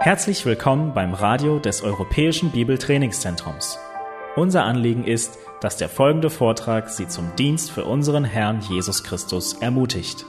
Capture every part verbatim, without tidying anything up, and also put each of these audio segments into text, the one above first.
Herzlich willkommen beim Radio des Europäischen Bibeltrainingszentrums. Unser Anliegen ist, dass der folgende Vortrag Sie zum Dienst für unseren Herrn Jesus Christus ermutigt.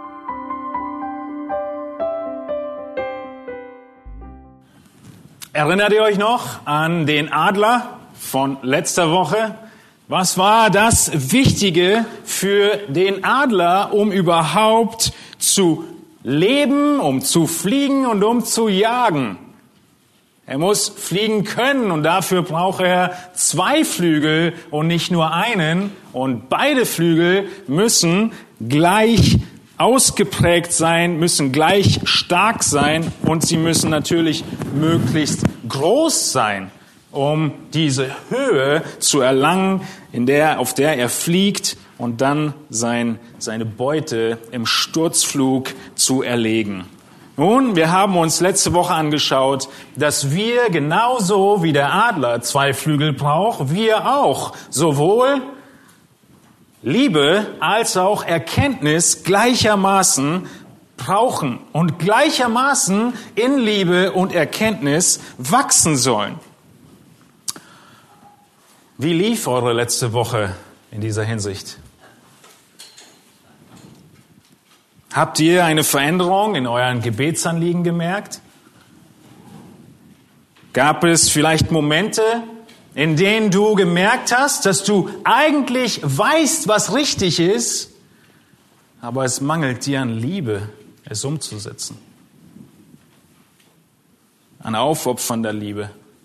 Erinnert ihr euch noch an den Adler von letzter Woche? Was war das Wichtige für den Adler, um überhaupt zu leben, um zu fliegen und um zu jagen? Er muss fliegen können und dafür braucht er zwei Flügel und nicht nur einen. Und beide Flügel müssen gleich ausgeprägt sein, müssen gleich stark sein und sie müssen natürlich möglichst groß sein, um diese Höhe zu erlangen, in der, auf der er fliegt und dann sein, seine Beute im Sturzflug zu erlegen. Nun, wir haben uns letzte Woche angeschaut, dass wir genauso wie der Adler zwei Flügel brauchen, wir auch sowohl Liebe als auch Erkenntnis gleichermaßen brauchen und gleichermaßen in Liebe und Erkenntnis wachsen sollen. Wie lief eure letzte Woche in dieser Hinsicht? Habt ihr eine Veränderung in euren Gebetsanliegen gemerkt? Gab es vielleicht Momente, in denen du gemerkt hast, dass du eigentlich weißt, was richtig ist, aber es mangelt dir an Liebe, es umzusetzen? An aufopfernder Liebe.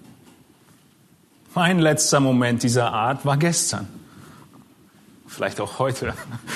Mein letzter Moment dieser Art war gestern. Vielleicht auch heute.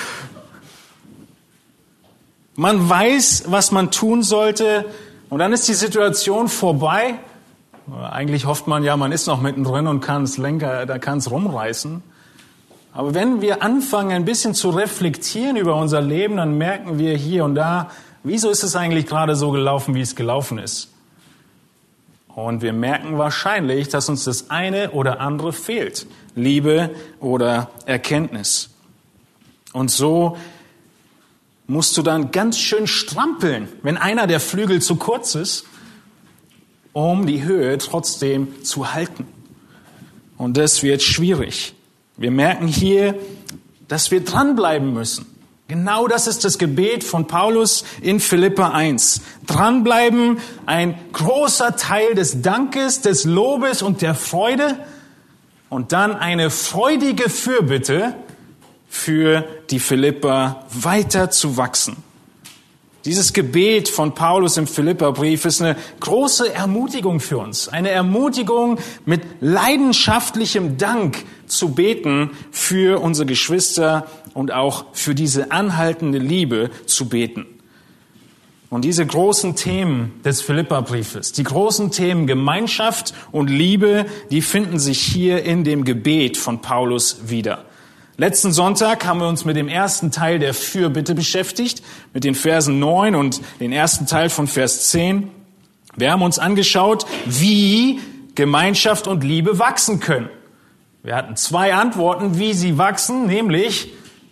Man weiß, was man tun sollte, und dann ist die Situation vorbei. Eigentlich hofft man ja, man ist noch mittendrin und kann es Lenker, da kann es rumreißen. Aber wenn wir anfangen, ein bisschen zu reflektieren über unser Leben, dann merken wir hier und da, wieso ist es eigentlich gerade so gelaufen, wie es gelaufen ist? Und wir merken wahrscheinlich, dass uns das eine oder andere fehlt. Liebe oder Erkenntnis. Und so musst du dann ganz schön strampeln, wenn einer der Flügel zu kurz ist, um die Höhe trotzdem zu halten. Und das wird schwierig. Wir merken hier, dass wir dranbleiben müssen. Genau das ist das Gebet von Paulus in Philipper eins. Dranbleiben, ein großer Teil des Dankes, des Lobes und der Freude und dann eine freudige Fürbitte für die Philipper weiter zu wachsen. Dieses Gebet von Paulus im Philipperbrief ist eine große Ermutigung für uns. Eine Ermutigung, mit leidenschaftlichem Dank zu beten für unsere Geschwister und auch für diese anhaltende Liebe zu beten. Und diese großen Themen des Philipperbriefes, die großen Themen Gemeinschaft und Liebe, die finden sich hier in dem Gebet von Paulus wieder. Letzten Sonntag haben wir uns mit dem ersten Teil der Fürbitte beschäftigt, mit den Versen neun und den ersten Teil von Vers zehn. Wir haben uns angeschaut, wie Gemeinschaft und Liebe wachsen können. Wir hatten zwei Antworten, wie sie wachsen, nämlich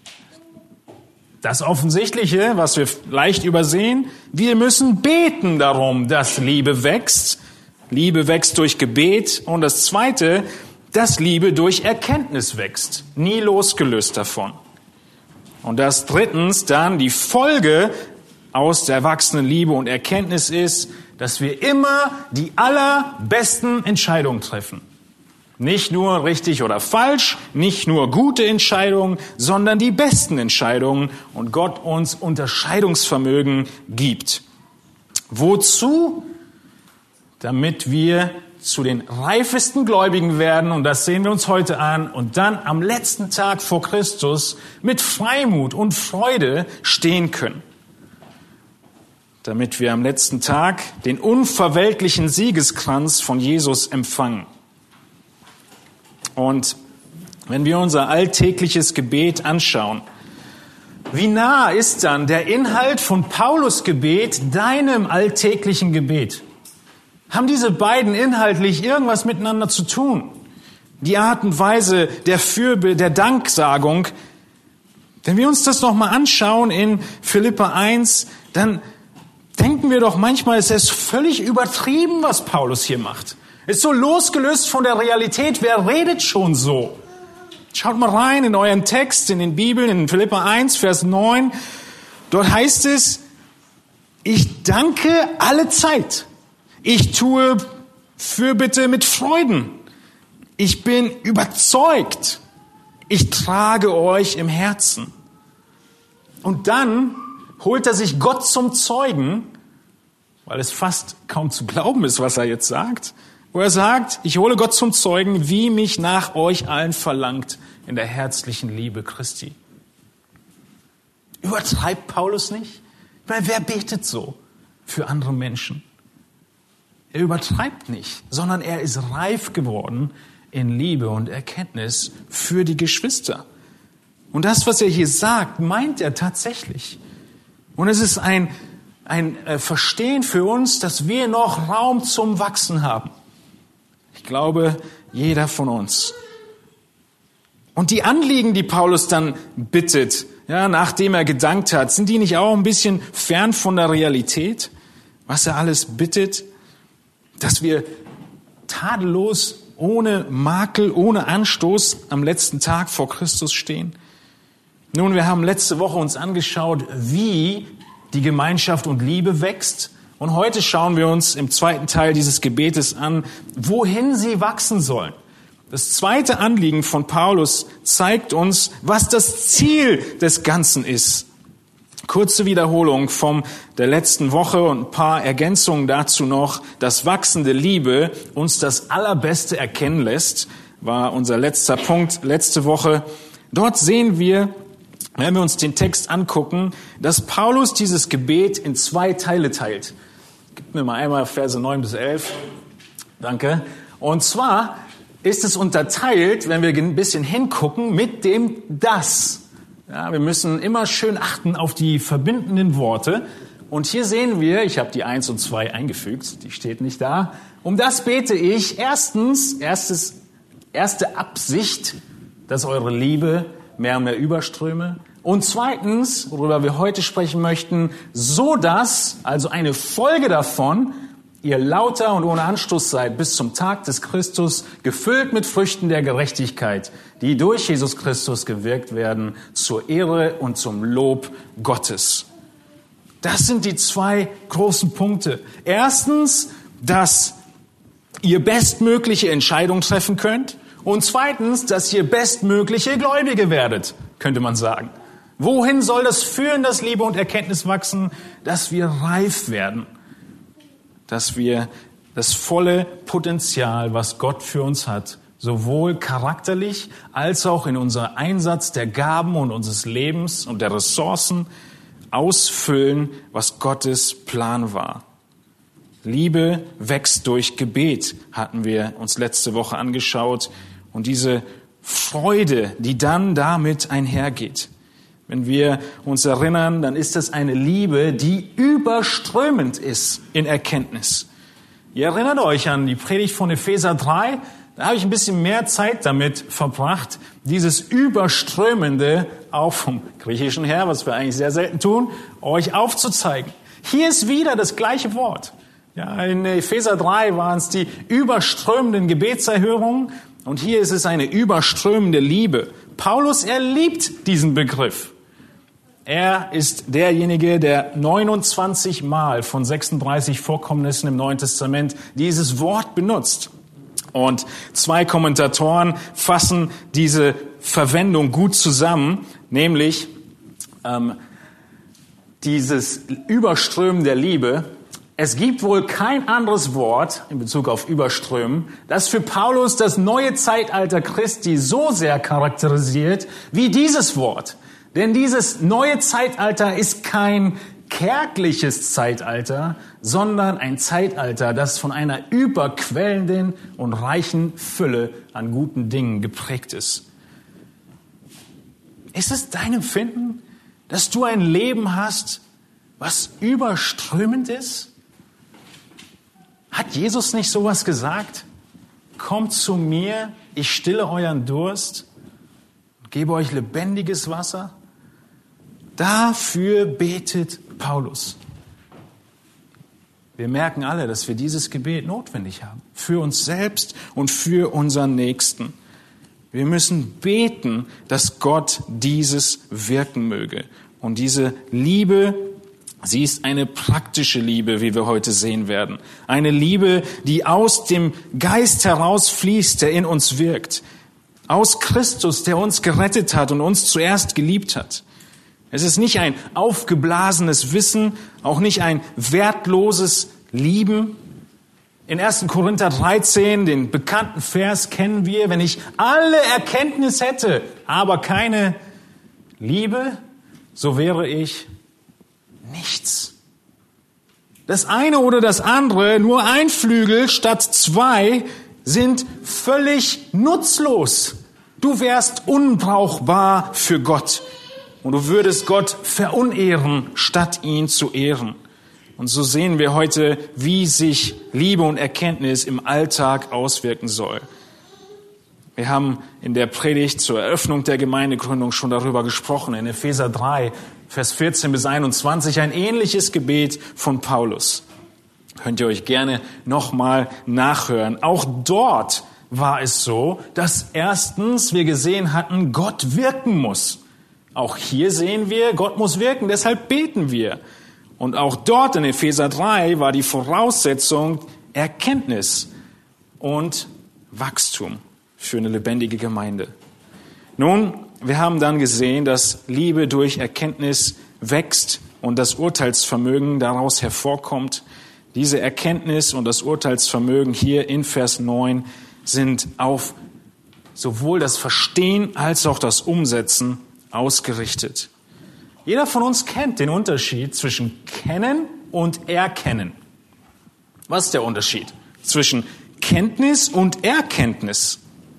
das Offensichtliche, was wir leicht übersehen. Wir müssen beten darum, dass Liebe wächst. Liebe wächst durch Gebet. Und das Zweite, dass Liebe durch Erkenntnis wächst, nie losgelöst davon. Und das drittens dann die Folge aus der wachsenden Liebe und Erkenntnis ist, dass wir immer die allerbesten Entscheidungen treffen. Nicht nur richtig oder falsch, nicht nur gute Entscheidungen, sondern die besten Entscheidungen und Gott uns Unterscheidungsvermögen gibt. Wozu? Damit wir zu den reifesten Gläubigen werden, und das sehen wir uns heute an, und dann am letzten Tag vor Christus mit Freimut und Freude stehen können. Damit wir am letzten Tag den unverwelklichen Siegeskranz von Jesus empfangen. Und wenn wir unser alltägliches Gebet anschauen, wie nah ist dann der Inhalt von Paulus' Gebet deinem alltäglichen Gebet? Haben diese beiden inhaltlich irgendwas miteinander zu tun? Die Art und Weise der Fürbitte, der Danksagung. Wenn wir uns das nochmal anschauen in Philipper eins, dann denken wir doch manchmal, es ist völlig übertrieben, was Paulus hier macht. Ist so losgelöst von der Realität. Wer redet schon so? Schaut mal rein in euren Text, in den Bibeln, in Philipper eins, Vers neun. Dort heißt es, ich danke alle Zeit. Ich tue Fürbitte mit Freuden. Ich bin überzeugt. Ich trage euch im Herzen. Und dann holt er sich Gott zum Zeugen, weil es fast kaum zu glauben ist, was er jetzt sagt, wo er sagt, ich hole Gott zum Zeugen, wie mich nach euch allen verlangt in der herzlichen Liebe Christi. Übertreibt Paulus nicht? Weil wer betet so für andere Menschen? Er übertreibt nicht, sondern er ist reif geworden in Liebe und Erkenntnis für die Geschwister. Und das, was er hier sagt, meint er tatsächlich. Und es ist ein, ein Verstehen für uns, dass wir noch Raum zum Wachsen haben. Ich glaube, jeder von uns. Und die Anliegen, die Paulus dann bittet, ja, nachdem er gedankt hat, sind die nicht auch ein bisschen fern von der Realität? Was er alles bittet, dass wir tadellos, ohne Makel, ohne Anstoß am letzten Tag vor Christus stehen. Nun, wir haben letzte Woche uns angeschaut, wie die Gemeinschaft und Liebe wächst. Und heute schauen wir uns im zweiten Teil dieses Gebetes an, wohin sie wachsen sollen. Das zweite Anliegen von Paulus zeigt uns, was das Ziel des Ganzen ist. Kurze Wiederholung von der letzten Woche und ein paar Ergänzungen dazu noch. Dass wachsende Liebe uns das Allerbeste erkennen lässt, war unser letzter Punkt letzte Woche. Dort sehen wir, wenn wir uns den Text angucken, dass Paulus dieses Gebet in zwei Teile teilt. Gib mir mal einmal Verse neun bis elf. Danke. Und zwar ist es unterteilt, wenn wir ein bisschen hingucken, mit dem Das. Ja, wir müssen immer schön achten auf die verbindenden Worte. Und hier sehen wir, ich habe die eins und zwei eingefügt, die steht nicht da. Um das bete ich. Erstens, erstes, erste Absicht, dass eure Liebe mehr und mehr überströme. Und zweitens, worüber wir heute sprechen möchten, so dass, also eine Folge davon, ihr lauter und ohne Anstoß seid bis zum Tag des Christus, gefüllt mit Früchten der Gerechtigkeit, die durch Jesus Christus gewirkt werden, zur Ehre und zum Lob Gottes. Das sind die zwei großen Punkte. Erstens, dass ihr bestmögliche Entscheidungen treffen könnt. Und zweitens, dass ihr bestmögliche Gläubige werdet, könnte man sagen. Wohin soll das führen, dass Liebe und Erkenntnis wachsen? Dass wir reif werden. Dass wir das volle Potenzial, was Gott für uns hat, sowohl charakterlich als auch in unser Einsatz der Gaben und unseres Lebens und der Ressourcen ausfüllen, was Gottes Plan war. Liebe wächst durch Gebet, hatten wir uns letzte Woche angeschaut. Und diese Freude, die dann damit einhergeht. Wenn wir uns erinnern, dann ist es eine Liebe, die überströmend ist in Erkenntnis. Ihr erinnert euch an die Predigt von Epheser drei. Da habe ich ein bisschen mehr Zeit damit verbracht, dieses Überströmende auch vom Griechischen her, was wir eigentlich sehr selten tun, euch aufzuzeigen. Hier ist wieder das gleiche Wort. Ja, in Epheser drei waren es die überströmenden Gebetserhörungen und hier ist es eine überströmende Liebe. Paulus, er liebt diesen Begriff. Er ist derjenige, der neunundzwanzig Mal von sechsunddreißig Vorkommnissen im Neuen Testament dieses Wort benutzt. Und zwei Kommentatoren fassen diese Verwendung gut zusammen, nämlich ähm, dieses Überströmen der Liebe. Es gibt wohl kein anderes Wort in Bezug auf Überströmen, das für Paulus das neue Zeitalter Christi so sehr charakterisiert wie dieses Wort. Denn dieses neue Zeitalter ist kein kärgliches Zeitalter, sondern ein Zeitalter, das von einer überquellenden und reichen Fülle an guten Dingen geprägt ist. Ist es dein Empfinden, dass du ein Leben hast, was überströmend ist? Hat Jesus nicht sowas gesagt? Kommt zu mir, ich stille euren Durst, gebe euch lebendiges Wasser. Dafür betet Paulus. Wir merken alle, dass wir dieses Gebet notwendig haben. Für uns selbst und für unseren Nächsten. Wir müssen beten, dass Gott dieses wirken möge. Und diese Liebe, sie ist eine praktische Liebe, wie wir heute sehen werden. Eine Liebe, die aus dem Geist herausfließt, der in uns wirkt. Aus Christus, der uns gerettet hat und uns zuerst geliebt hat. Es ist nicht ein aufgeblasenes Wissen, auch nicht ein wertloses Lieben. In ersten Korinther dreizehn, den bekannten Vers kennen wir, wenn ich alle Erkenntnis hätte, aber keine Liebe, so wäre ich nichts. Das eine oder das andere, nur ein Flügel statt zwei, sind völlig nutzlos. Du wärst unbrauchbar für Gott. Und du würdest Gott verunehren, statt ihn zu ehren. Und so sehen wir heute, wie sich Liebe und Erkenntnis im Alltag auswirken soll. Wir haben in der Predigt zur Eröffnung der Gemeindegründung schon darüber gesprochen. In Epheser drei, Vers vierzehn bis einundzwanzig, ein ähnliches Gebet von Paulus. Könnt ihr euch gerne nochmal nachhören. Auch dort war es so, dass erstens wir gesehen hatten, Gott wirken muss. Auch hier sehen wir, Gott muss wirken, deshalb beten wir. Und auch dort in Epheser drei war die Voraussetzung Erkenntnis und Wachstum für eine lebendige Gemeinde. Nun, wir haben dann gesehen, dass Liebe durch Erkenntnis wächst und das Urteilsvermögen daraus hervorkommt. Diese Erkenntnis und das Urteilsvermögen hier in Vers neun sind auf sowohl das Verstehen als auch das Umsetzen ausgerichtet. Jeder von uns kennt den Unterschied zwischen kennen und erkennen. Was ist der Unterschied zwischen Kenntnis und Erkenntnis?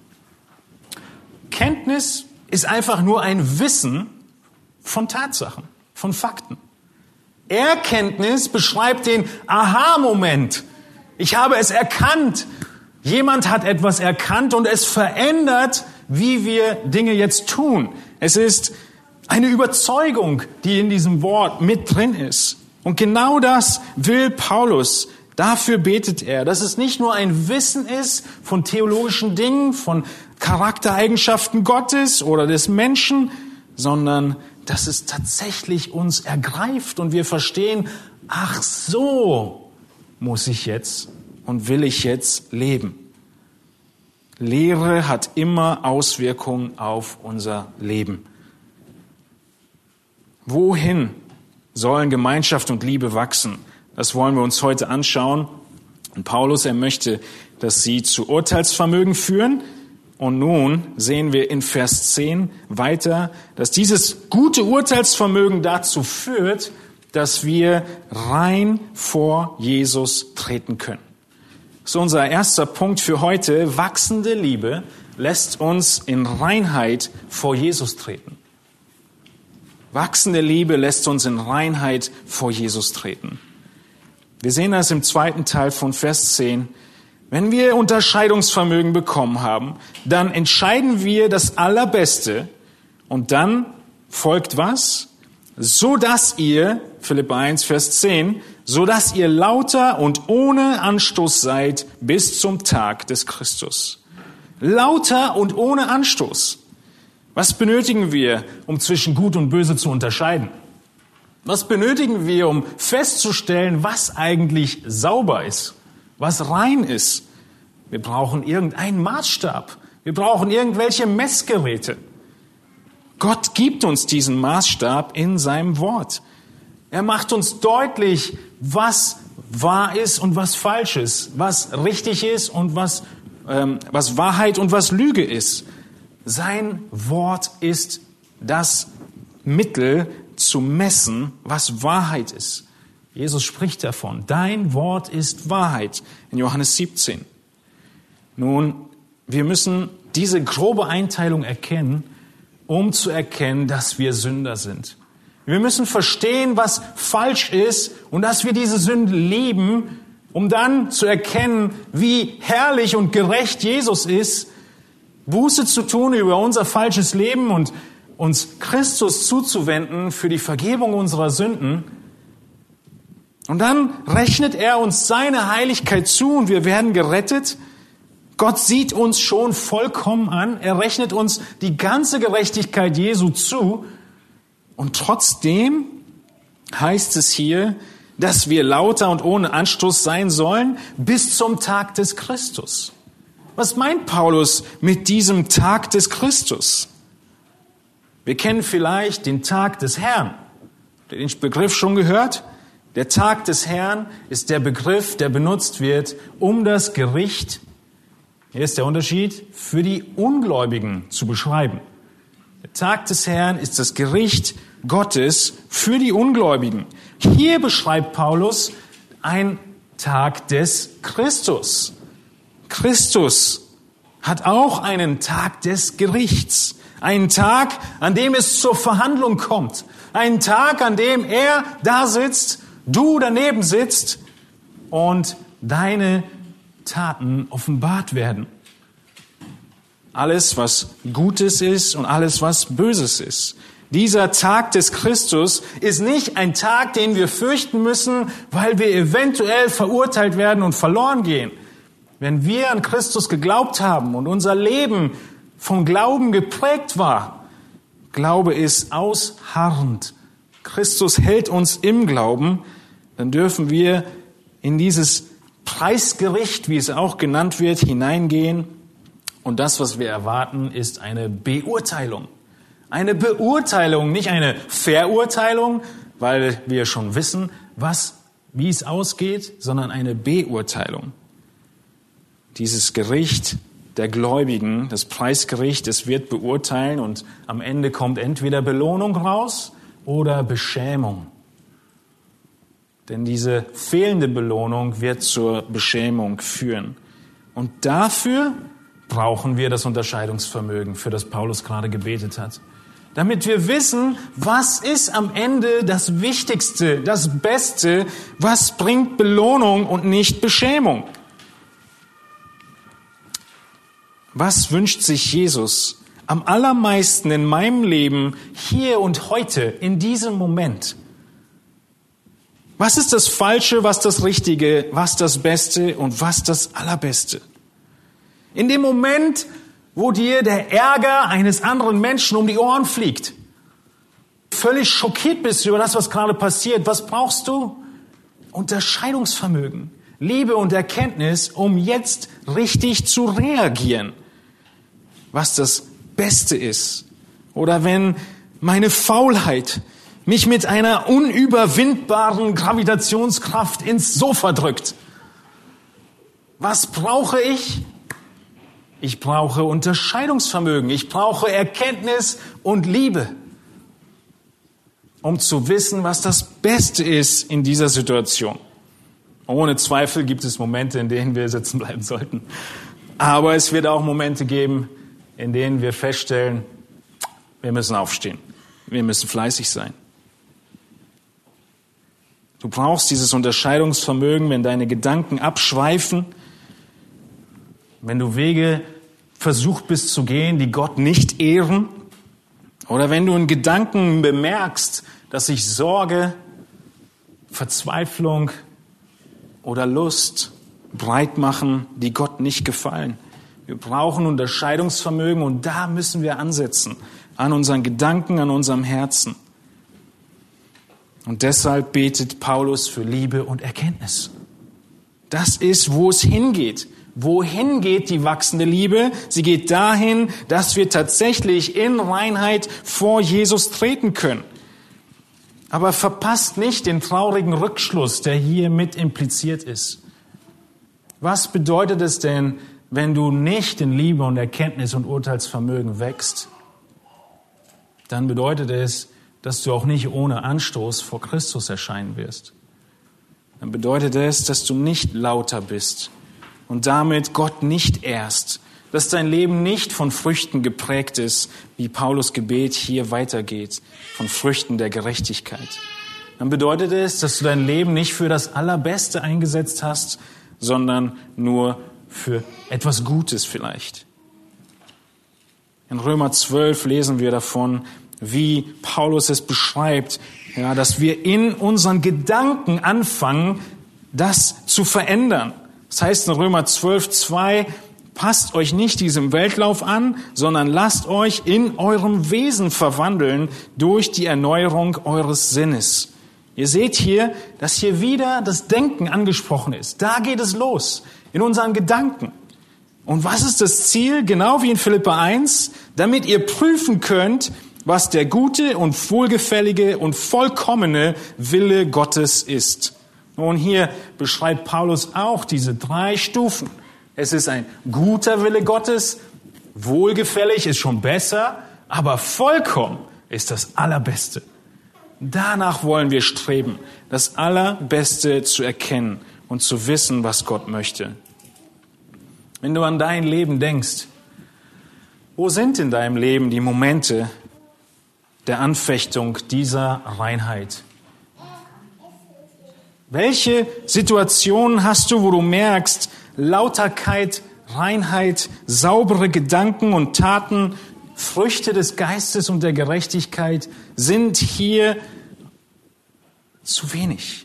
Kenntnis ist einfach nur ein Wissen von Tatsachen, von Fakten. Erkenntnis beschreibt den Aha-Moment. Ich habe es erkannt. Jemand hat etwas erkannt und es verändert, wie wir Dinge jetzt tun. Es ist eine Überzeugung, die in diesem Wort mit drin ist. Und genau das will Paulus. Dafür betet er, dass es nicht nur ein Wissen ist von theologischen Dingen, von Charaktereigenschaften Gottes oder des Menschen, sondern dass es tatsächlich uns ergreift und wir verstehen, ach so muss ich jetzt und will ich jetzt leben. Lehre hat immer Auswirkungen auf unser Leben. Wohin sollen Gemeinschaft und Liebe wachsen? Das wollen wir uns heute anschauen. Und Paulus, er möchte, dass sie zu Urteilsvermögen führen. Und nun sehen wir in Vers zehn weiter, dass dieses gute Urteilsvermögen dazu führt, dass wir rein vor Jesus treten können. So unser erster Punkt für heute. Wachsende Liebe lässt uns in Reinheit vor Jesus treten. Wachsende Liebe lässt uns in Reinheit vor Jesus treten. Wir sehen das im zweiten Teil von Vers zehn. Wenn wir Unterscheidungsvermögen bekommen haben, dann entscheiden wir das Allerbeste und dann folgt was? So dass ihr, Philipper eins, Vers zehn, so dass ihr lauter und ohne Anstoß seid bis zum Tag des Christus. Lauter und ohne Anstoß. Was benötigen wir, um zwischen Gut und Böse zu unterscheiden? Was benötigen wir, um festzustellen, was eigentlich sauber ist, was rein ist? Wir brauchen irgendeinen Maßstab. Wir brauchen irgendwelche Messgeräte. Gott gibt uns diesen Maßstab in seinem Wort. Er macht uns deutlich, was wahr ist und was falsch ist, was richtig ist und was, ähm, was Wahrheit und was Lüge ist. Sein Wort ist das Mittel zu messen, was Wahrheit ist. Jesus spricht davon. Dein Wort ist Wahrheit in Johannes siebzehn. Nun, wir müssen diese grobe Einteilung erkennen, um zu erkennen, dass wir Sünder sind. Wir müssen verstehen, was falsch ist und dass wir diese Sünde lieben, um dann zu erkennen, wie herrlich und gerecht Jesus ist, Buße zu tun über unser falsches Leben und uns Christus zuzuwenden für die Vergebung unserer Sünden. Und dann rechnet er uns seine Heiligkeit zu und wir werden gerettet. Gott sieht uns schon vollkommen an. Er rechnet uns die ganze Gerechtigkeit Jesu zu. Und trotzdem heißt es hier, dass wir lauter und ohne Anstoß sein sollen bis zum Tag des Christus. Was meint Paulus mit diesem Tag des Christus? Wir kennen vielleicht den Tag des Herrn. Habt ihr den Begriff schon gehört? Der Tag des Herrn ist der Begriff, der benutzt wird, um das Gericht, hier ist der Unterschied, für die Ungläubigen zu beschreiben. Der Tag des Herrn ist das Gericht Gottes für die Ungläubigen. Hier beschreibt Paulus ein Tag des Christus. Christus hat auch einen Tag des Gerichts. Einen Tag, an dem es zur Verhandlung kommt. Einen Tag, an dem er da sitzt, du daneben sitzt und deine Taten offenbart werden. Alles, was Gutes ist und alles, was Böses ist. Dieser Tag des Christus ist nicht ein Tag, den wir fürchten müssen, weil wir eventuell verurteilt werden und verloren gehen. Wenn wir an Christus geglaubt haben und unser Leben vom Glauben geprägt war, Glaube ist ausharrend. Christus hält uns im Glauben, dann dürfen wir in dieses Preisgericht, wie es auch genannt wird, hineingehen. Und das, was wir erwarten, ist eine Beurteilung. Eine Beurteilung, nicht eine Verurteilung, weil wir schon wissen, was, wie es ausgeht, sondern eine Beurteilung. Dieses Gericht der Gläubigen, das Preisgericht, es wird beurteilen und am Ende kommt entweder Belohnung raus oder Beschämung. Denn diese fehlende Belohnung wird zur Beschämung führen. Und dafür brauchen wir das Unterscheidungsvermögen, für das Paulus gerade gebetet hat. Damit wir wissen, was ist am Ende das Wichtigste, das Beste, was bringt Belohnung und nicht Beschämung. Was wünscht sich Jesus am allermeisten in meinem Leben, hier und heute, in diesem Moment? Was ist das Falsche, was das Richtige, was das Beste und was das Allerbeste? In dem Moment, wo dir der Ärger eines anderen Menschen um die Ohren fliegt, völlig schockiert bist über das, was gerade passiert, was brauchst du? Unterscheidungsvermögen, Liebe und Erkenntnis, um jetzt richtig zu reagieren, was das Beste ist. Oder wenn meine Faulheit mich mit einer unüberwindbaren Gravitationskraft ins Sofa drückt. Was brauche ich? Ich brauche Unterscheidungsvermögen. Ich brauche Erkenntnis und Liebe, um zu wissen, was das Beste ist in dieser Situation. Ohne Zweifel gibt es Momente, in denen wir sitzen bleiben sollten. Aber es wird auch Momente geben, in denen wir feststellen, wir müssen aufstehen. Wir müssen fleißig sein. Du brauchst dieses Unterscheidungsvermögen, wenn deine Gedanken abschweifen, wenn du Wege versucht bist zu gehen, die Gott nicht ehren, oder wenn du in Gedanken bemerkst, dass sich Sorge, Verzweiflung oder Lust breit machen, die Gott nicht gefallen. Wir brauchen Unterscheidungsvermögen und da müssen wir ansetzen, an unseren Gedanken, an unserem Herzen. Und deshalb betet Paulus für Liebe und Erkenntnis. Das ist, wo es hingeht. Wohin geht die wachsende Liebe? Sie geht dahin, dass wir tatsächlich in Reinheit vor Jesus treten können. Aber verpasst nicht den traurigen Rückschluss, der hier mit impliziert ist. Was bedeutet es denn, wenn du nicht in Liebe und Erkenntnis und Urteilsvermögen wächst? Dann bedeutet es, dass du auch nicht ohne Anstoß vor Christus erscheinen wirst. Dann bedeutet es, dass du nicht lauter bist und damit Gott nicht ehrst, dass dein Leben nicht von Früchten geprägt ist, wie Paulus Gebet hier weitergeht, von Früchten der Gerechtigkeit. Dann bedeutet es, dass du dein Leben nicht für das Allerbeste eingesetzt hast, sondern nur für etwas Gutes vielleicht. In Römer zwölf lesen wir davon, wie Paulus es beschreibt, ja, dass wir in unseren Gedanken anfangen, das zu verändern. Das heißt in Römer zwölf, zwei, passt euch nicht diesem Weltlauf an, sondern lasst euch in eurem Wesen verwandeln durch die Erneuerung eures Sinnes. Ihr seht hier, dass hier wieder das Denken angesprochen ist. Da geht es los, in unseren Gedanken. Und was ist das Ziel? Genau wie in Philipper eins, damit ihr prüfen könnt, was der gute und wohlgefällige und vollkommene Wille Gottes ist. Und hier beschreibt Paulus auch diese drei Stufen. Es ist ein guter Wille Gottes, wohlgefällig ist schon besser, aber vollkommen ist das Allerbeste. Danach wollen wir streben, das Allerbeste zu erkennen und zu wissen, was Gott möchte. Wenn du an dein Leben denkst, wo sind in deinem Leben die Momente der Anfechtung dieser Reinheit? Welche Situationen hast du, wo du merkst, Lauterkeit, Reinheit, saubere Gedanken und Taten, Früchte des Geistes und der Gerechtigkeit sind hier zu wenig?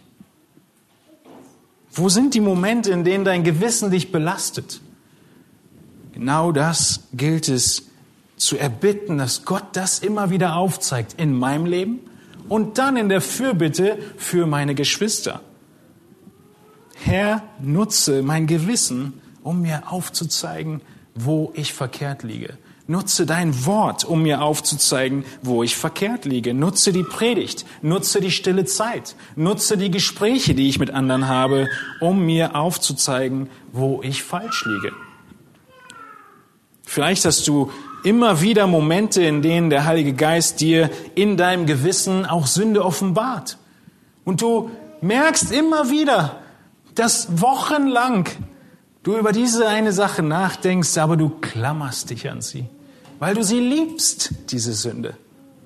Wo sind die Momente, in denen dein Gewissen dich belastet? Genau das gilt es zu erbitten, dass Gott das immer wieder aufzeigt in meinem Leben und dann in der Fürbitte für meine Geschwister. Herr, nutze mein Gewissen, um mir aufzuzeigen, wo ich verkehrt liege. Nutze dein Wort, um mir aufzuzeigen, wo ich verkehrt liege. Nutze die Predigt, nutze die stille Zeit, nutze die Gespräche, die ich mit anderen habe, um mir aufzuzeigen, wo ich falsch liege. Vielleicht hast du immer wieder Momente, in denen der Heilige Geist dir in deinem Gewissen auch Sünde offenbart. Und du merkst immer wieder, dass wochenlang du über diese eine Sache nachdenkst, aber du klammerst dich an sie, weil du sie liebst, diese Sünde.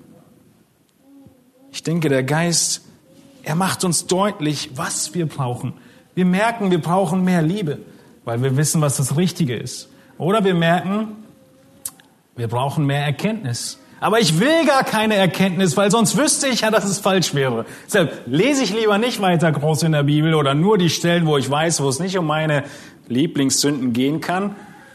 Ich denke, der Geist, er macht uns deutlich, was wir brauchen. Wir merken, wir brauchen mehr Liebe, weil wir wissen, was das Richtige ist. Oder wir merken, wir brauchen mehr Erkenntnis. Aber ich will gar keine Erkenntnis, weil sonst wüsste ich ja, dass es falsch wäre. Deshalb lese ich lieber nicht weiter groß in der Bibel oder nur die Stellen, wo ich weiß, wo es nicht um meine Lieblingssünden gehen kann.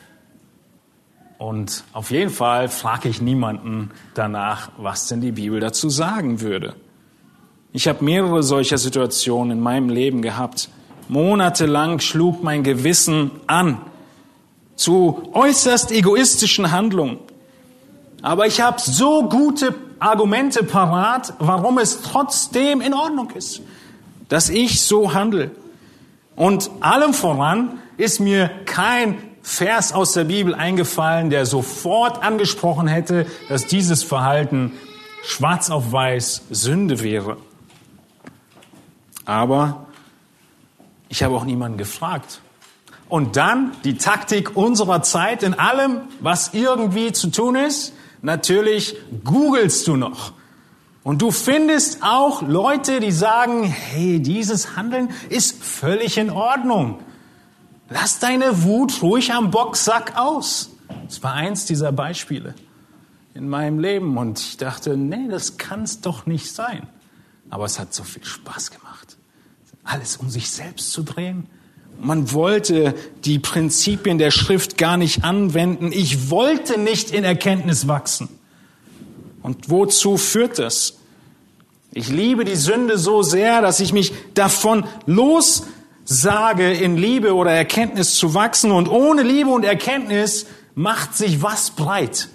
Und auf jeden Fall frage ich niemanden danach, was denn die Bibel dazu sagen würde. Ich habe mehrere solcher Situationen in meinem Leben gehabt. Monatelang schlug mein Gewissen an zu äußerst egoistischen Handlungen. Aber ich habe so gute Argumente parat, warum es trotzdem in Ordnung ist, dass ich so handle. Und allem voran ist mir kein Vers aus der Bibel eingefallen, der sofort angesprochen hätte, dass dieses Verhalten schwarz auf weiß Sünde wäre. Aber ich habe auch niemanden gefragt. Und dann die Taktik unserer Zeit in allem, was irgendwie zu tun ist. Natürlich googelst du noch. Und du findest auch Leute, die sagen, hey, dieses Handeln ist völlig in Ordnung. Lass deine Wut ruhig am Boxsack aus. Das war eins dieser Beispiele in meinem Leben. Und ich dachte, nee, das kann es doch nicht sein. Aber es hat so viel Spaß gemacht. Alles um sich selbst zu drehen. Man wollte die Prinzipien der Schrift gar nicht anwenden. Ich wollte nicht in Erkenntnis wachsen. Und wozu führt das? Ich liebe die Sünde so sehr, dass ich mich davon lossage, in Liebe oder Erkenntnis zu wachsen. Und ohne Liebe und Erkenntnis macht sich was breit?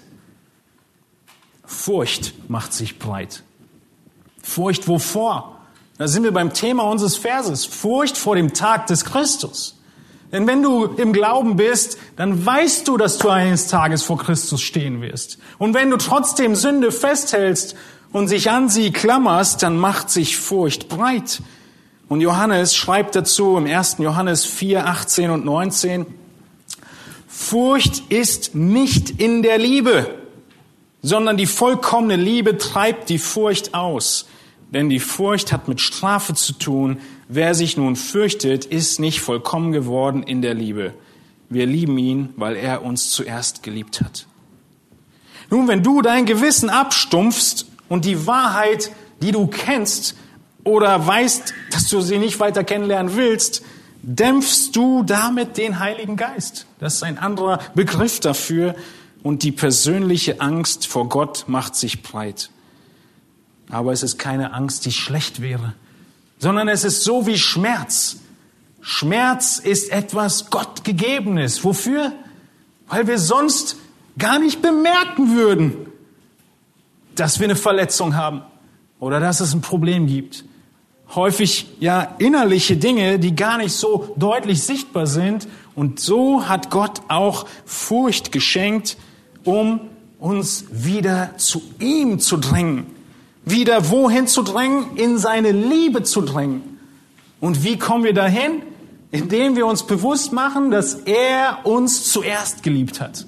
Furcht macht sich breit. Furcht wovor? Da sind wir beim Thema unseres Verses. Furcht vor dem Tag des Christus. Denn wenn du im Glauben bist, dann weißt du, dass du eines Tages vor Christus stehen wirst. Und wenn du trotzdem Sünde festhältst und sich an sie klammerst, dann macht sich Furcht breit. Und Johannes schreibt dazu im ersten Johannes vier, achtzehn und neunzehn, Furcht ist nicht in der Liebe, sondern die vollkommene Liebe treibt die Furcht aus. Denn die Furcht hat mit Strafe zu tun. Wer sich nun fürchtet, ist nicht vollkommen geworden in der Liebe. Wir lieben ihn, weil er uns zuerst geliebt hat. Nun, wenn du dein Gewissen abstumpfst und die Wahrheit, die du kennst oder weißt, dass du sie nicht weiter kennenlernen willst, dämpfst du damit den Heiligen Geist. Das ist ein anderer Begriff dafür. Und die persönliche Angst vor Gott macht sich breit. Aber es ist keine Angst, die schlecht wäre, sondern es ist so wie Schmerz. Schmerz ist etwas Gottgegebenes. Wofür? Weil wir sonst gar nicht bemerken würden, dass wir eine Verletzung haben oder dass es ein Problem gibt. Häufig ja innerliche Dinge, die gar nicht so deutlich sichtbar sind. Und so hat Gott auch Furcht geschenkt, um uns wieder zu ihm zu drängen. Wieder wohin zu drängen? In seine Liebe zu drängen. Und wie kommen wir dahin? Indem wir uns bewusst machen, dass er uns zuerst geliebt hat.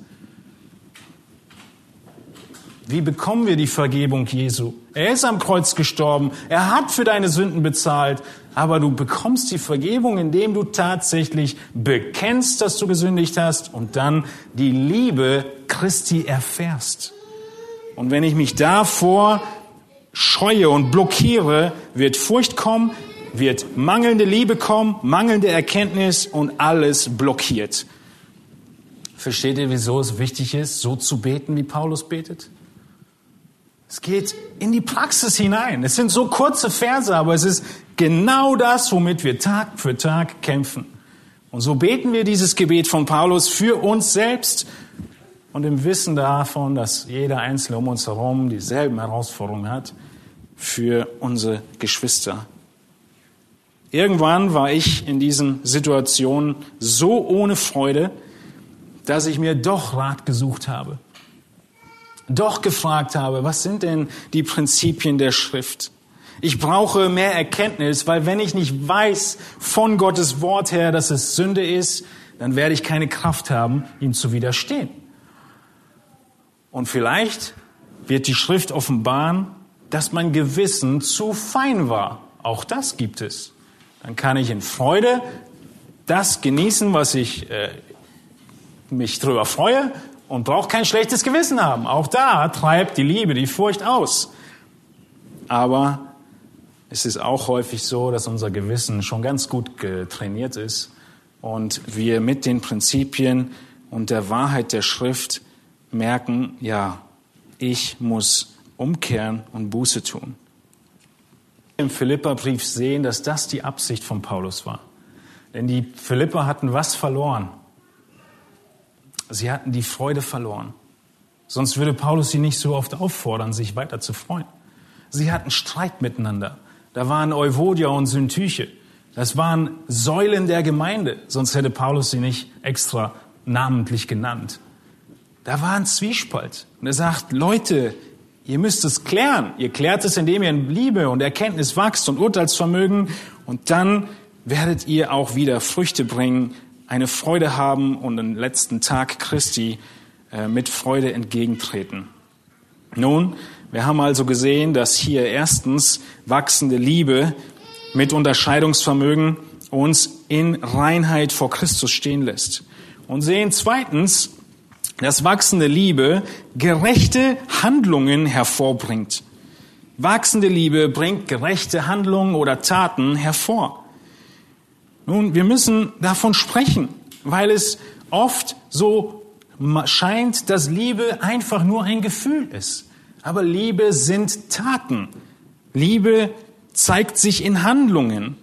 Wie bekommen wir die Vergebung Jesu? Er ist am Kreuz gestorben. Er hat für deine Sünden bezahlt. Aber du bekommst die Vergebung, indem du tatsächlich bekennst, dass du gesündigt hast und dann die Liebe Christi erfährst. Und wenn ich mich davor scheue und blockiere, wird Furcht kommen, wird mangelnde Liebe kommen, mangelnde Erkenntnis und alles blockiert. Versteht ihr, wieso es wichtig ist, so zu beten, wie Paulus betet? Es geht in die Praxis hinein. Es sind so kurze Verse, aber es ist genau das, womit wir Tag für Tag kämpfen. Und so beten wir dieses Gebet von Paulus für uns selbst und im Wissen davon, dass jeder Einzelne um uns herum dieselben Herausforderungen hat, für unsere Geschwister. Irgendwann war ich in diesen Situationen so ohne Freude, dass ich mir doch Rat gesucht habe. Doch gefragt habe, was sind denn die Prinzipien der Schrift? Ich brauche mehr Erkenntnis, weil wenn ich nicht weiß von Gottes Wort her, dass es Sünde ist, dann werde ich keine Kraft haben, ihm zu widerstehen. Und vielleicht wird die Schrift offenbaren, dass mein Gewissen zu fein war. Auch das gibt es. Dann kann ich in Freude das genießen, was ich äh, mich drüber freue, und braucht kein schlechtes Gewissen haben. Auch da treibt die Liebe, die Furcht aus. Aber es ist auch häufig so, dass unser Gewissen schon ganz gut getrainiert ist und wir mit den Prinzipien und der Wahrheit der Schrift merken, ja, ich muss umkehren und Buße tun. Im Philipperbrief sehen, dass das die Absicht von Paulus war. Denn die Philipper hatten was verloren? Sie hatten die Freude verloren. Sonst würde Paulus sie nicht so oft auffordern, sich weiter zu freuen. Sie hatten Streit miteinander. Da waren Euvodia und Syntyche. Das waren Säulen der Gemeinde. Sonst hätte Paulus sie nicht extra namentlich genannt. Da war ein Zwiespalt. Und er sagt, Leute, ihr müsst es klären. Ihr klärt es, indem ihr in Liebe und Erkenntnis wachst und Urteilsvermögen. Und dann werdet ihr auch wieder Früchte bringen, eine Freude haben und den letzten Tag Christi äh, mit Freude entgegentreten. Nun, wir haben also gesehen, dass hier erstens wachsende Liebe mit Unterscheidungsvermögen uns in Reinheit vor Christus stehen lässt. Und sehen zweitens, dass wachsende Liebe gerechte Handlungen hervorbringt. Wachsende Liebe bringt gerechte Handlungen oder Taten hervor. Nun, wir müssen davon sprechen, weil es oft so scheint, dass Liebe einfach nur ein Gefühl ist. Aber Liebe sind Taten. Liebe zeigt sich in Handlungen.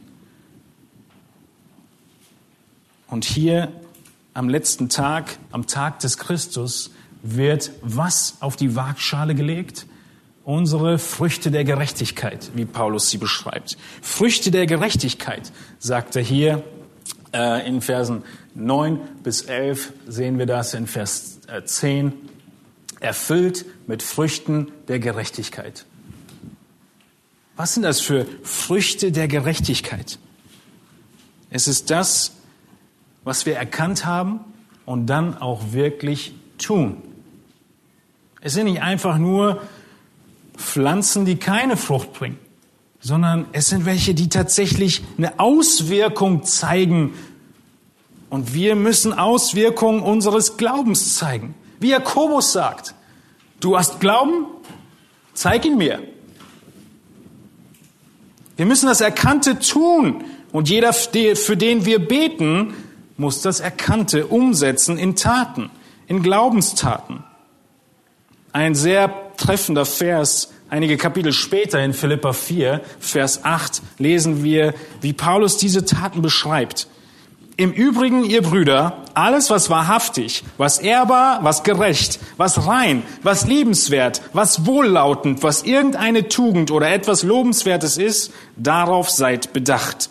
Und hier am letzten Tag, am Tag des Christus, wird was auf die Waagschale gelegt? Unsere Früchte der Gerechtigkeit, wie Paulus sie beschreibt. Früchte der Gerechtigkeit, sagt er hier äh, in Versen neun bis elf, sehen wir das in Vers zehn, erfüllt mit Früchten der Gerechtigkeit. Was sind das für Früchte der Gerechtigkeit? Es ist das, was wir erkannt haben und dann auch wirklich tun. Es sind nicht einfach nur Pflanzen, die keine Frucht bringen, sondern es sind welche, die tatsächlich eine Auswirkung zeigen. Und wir müssen Auswirkungen unseres Glaubens zeigen. Wie Jakobus sagt, du hast Glauben, zeig ihn mir. Wir müssen das Erkannte tun. Und jeder, für den wir beten, muss das Erkannte umsetzen in Taten, in Glaubenstaten. Ein sehr treffender Vers, einige Kapitel später in Philipper vier, Vers acht, lesen wir, wie Paulus diese Taten beschreibt. Im Übrigen, ihr Brüder, alles, was wahrhaftig, was ehrbar, was gerecht, was rein, was liebenswert, was wohllautend, was irgendeine Tugend oder etwas Lobenswertes ist, darauf seid bedacht.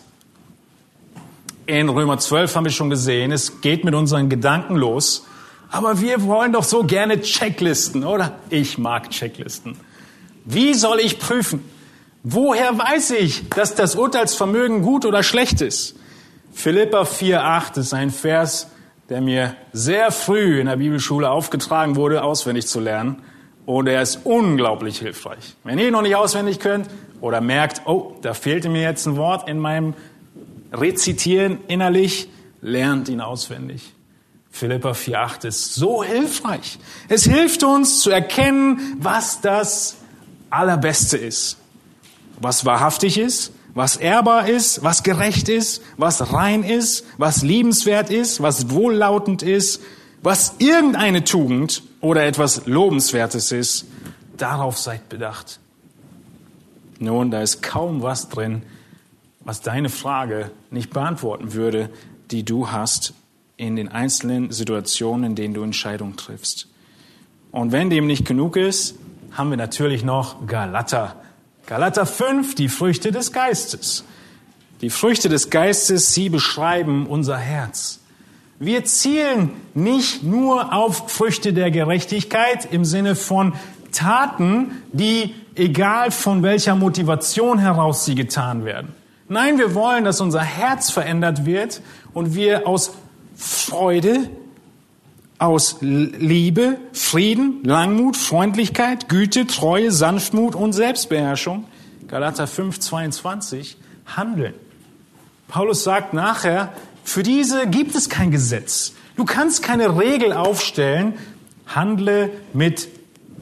In Römer zwölf haben wir schon gesehen, es geht mit unseren Gedanken los, aber wir wollen doch so gerne Checklisten, oder? Ich mag Checklisten. Wie soll ich prüfen? Woher weiß ich, dass das Urteilsvermögen gut oder schlecht ist? Philipper vier acht ist ein Vers, der mir sehr früh in der Bibelschule aufgetragen wurde, auswendig zu lernen. Und er ist unglaublich hilfreich. Wenn ihr ihn noch nicht auswendig könnt oder merkt, oh, da fehlte mir jetzt ein Wort in meinem Rezitieren innerlich, lernt ihn auswendig. Philipper vier acht ist so hilfreich. Es hilft uns zu erkennen, was das Allerbeste ist. Was wahrhaftig ist, was ehrbar ist, was gerecht ist, was rein ist, was liebenswert ist, was wohllautend ist, was irgendeine Tugend oder etwas Lobenswertes ist, darauf seid bedacht. Nun, da ist kaum was drin, was deine Frage nicht beantworten würde, die du hast in den einzelnen Situationen, in denen du Entscheidungen triffst. Und wenn dem nicht genug ist, haben wir natürlich noch Galater. Galater fünf, die Früchte des Geistes. Die Früchte des Geistes, sie beschreiben unser Herz. Wir zielen nicht nur auf Früchte der Gerechtigkeit im Sinne von Taten, die egal von welcher Motivation heraus sie getan werden. Nein, wir wollen, dass unser Herz verändert wird und wir aus Freude, aus Liebe, Frieden, Langmut, Freundlichkeit, Güte, Treue, Sanftmut und Selbstbeherrschung, Galater fünf zweiundzwanzig, handeln. Paulus sagt nachher, für diese gibt es kein Gesetz. Du kannst keine Regel aufstellen, handle mit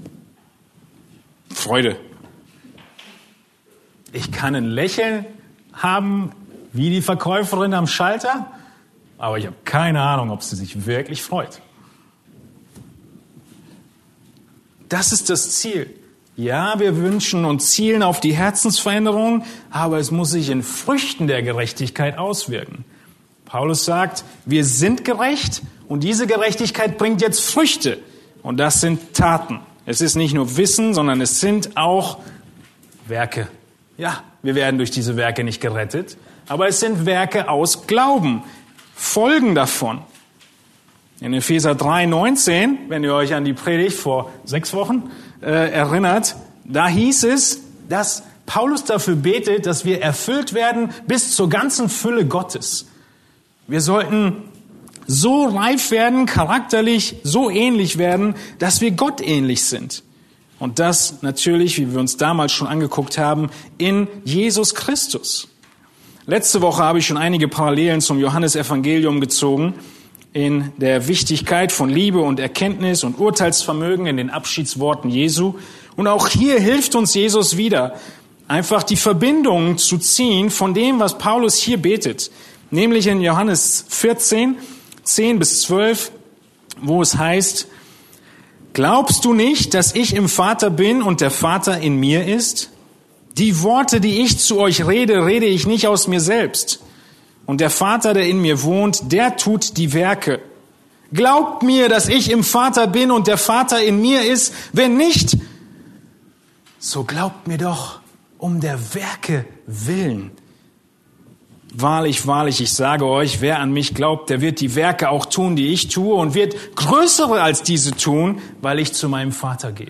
Freude. Ich kann ein Lächeln haben wie die Verkäuferin am Schalter, aber ich habe keine Ahnung, ob sie sich wirklich freut. Das ist das Ziel. Ja, wir wünschen und zielen auf die Herzensveränderung, aber es muss sich in Früchten der Gerechtigkeit auswirken. Paulus sagt, wir sind gerecht und diese Gerechtigkeit bringt jetzt Früchte. Und das sind Taten. Es ist nicht nur Wissen, sondern es sind auch Werke. Ja, wir werden durch diese Werke nicht gerettet, aber es sind Werke aus Glauben, Folgen davon. In Epheser drei neunzehn, wenn ihr euch an die Predigt vor sechs Wochen äh, erinnert, da hieß es, dass Paulus dafür betet, dass wir erfüllt werden bis zur ganzen Fülle Gottes. Wir sollten so reif werden, charakterlich so ähnlich werden, dass wir Gott ähnlich sind. Und das natürlich, wie wir uns damals schon angeguckt haben, in Jesus Christus. Letzte Woche habe ich schon einige Parallelen zum Johannesevangelium gezogen, in der Wichtigkeit von Liebe und Erkenntnis und Urteilsvermögen in den Abschiedsworten Jesu. Und auch hier hilft uns Jesus wieder, einfach die Verbindung zu ziehen von dem, was Paulus hier betet. Nämlich in Johannes vierzehn, zehn bis zwölf, wo es heißt, glaubst du nicht, dass ich im Vater bin und der Vater in mir ist? Die Worte, die ich zu euch rede, rede ich nicht aus mir selbst. Und der Vater, der in mir wohnt, der tut die Werke. Glaubt mir, dass ich im Vater bin und der Vater in mir ist. Wenn nicht, so glaubt mir doch um der Werke willen. Wahrlich, wahrlich, ich sage euch, wer an mich glaubt, der wird die Werke auch tun, die ich tue, und wird größere als diese tun, weil ich zu meinem Vater gehe.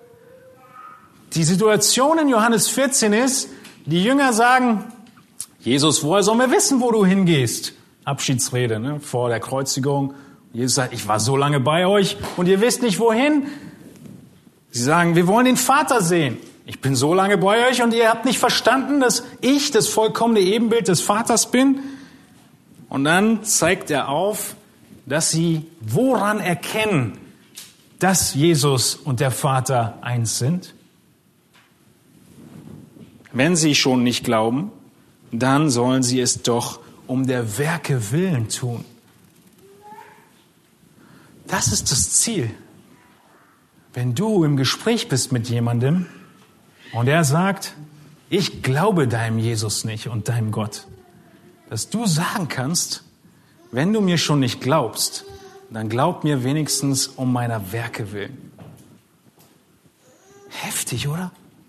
Die Situation in Johannes vierzehn ist, die Jünger sagen, Jesus, woher sollen wir wissen, wo du hingehst? Abschiedsrede, ne, vor der Kreuzigung. Jesus sagt, ich war so lange bei euch und ihr wisst nicht, wohin. Sie sagen, wir wollen den Vater sehen. Ich bin so lange bei euch und ihr habt nicht verstanden, dass ich das vollkommene Ebenbild des Vaters bin. Und dann zeigt er auf, dass sie woran erkennen, dass Jesus und der Vater eins sind. Wenn sie schon nicht glauben, dann sollen sie es doch um der Werke willen tun. Das ist das Ziel. Wenn du im Gespräch bist mit jemandem und er sagt, ich glaube deinem Jesus nicht und deinem Gott, dass du sagen kannst, wenn du mir schon nicht glaubst, dann glaub mir wenigstens um meiner Werke willen. Heftig, oder?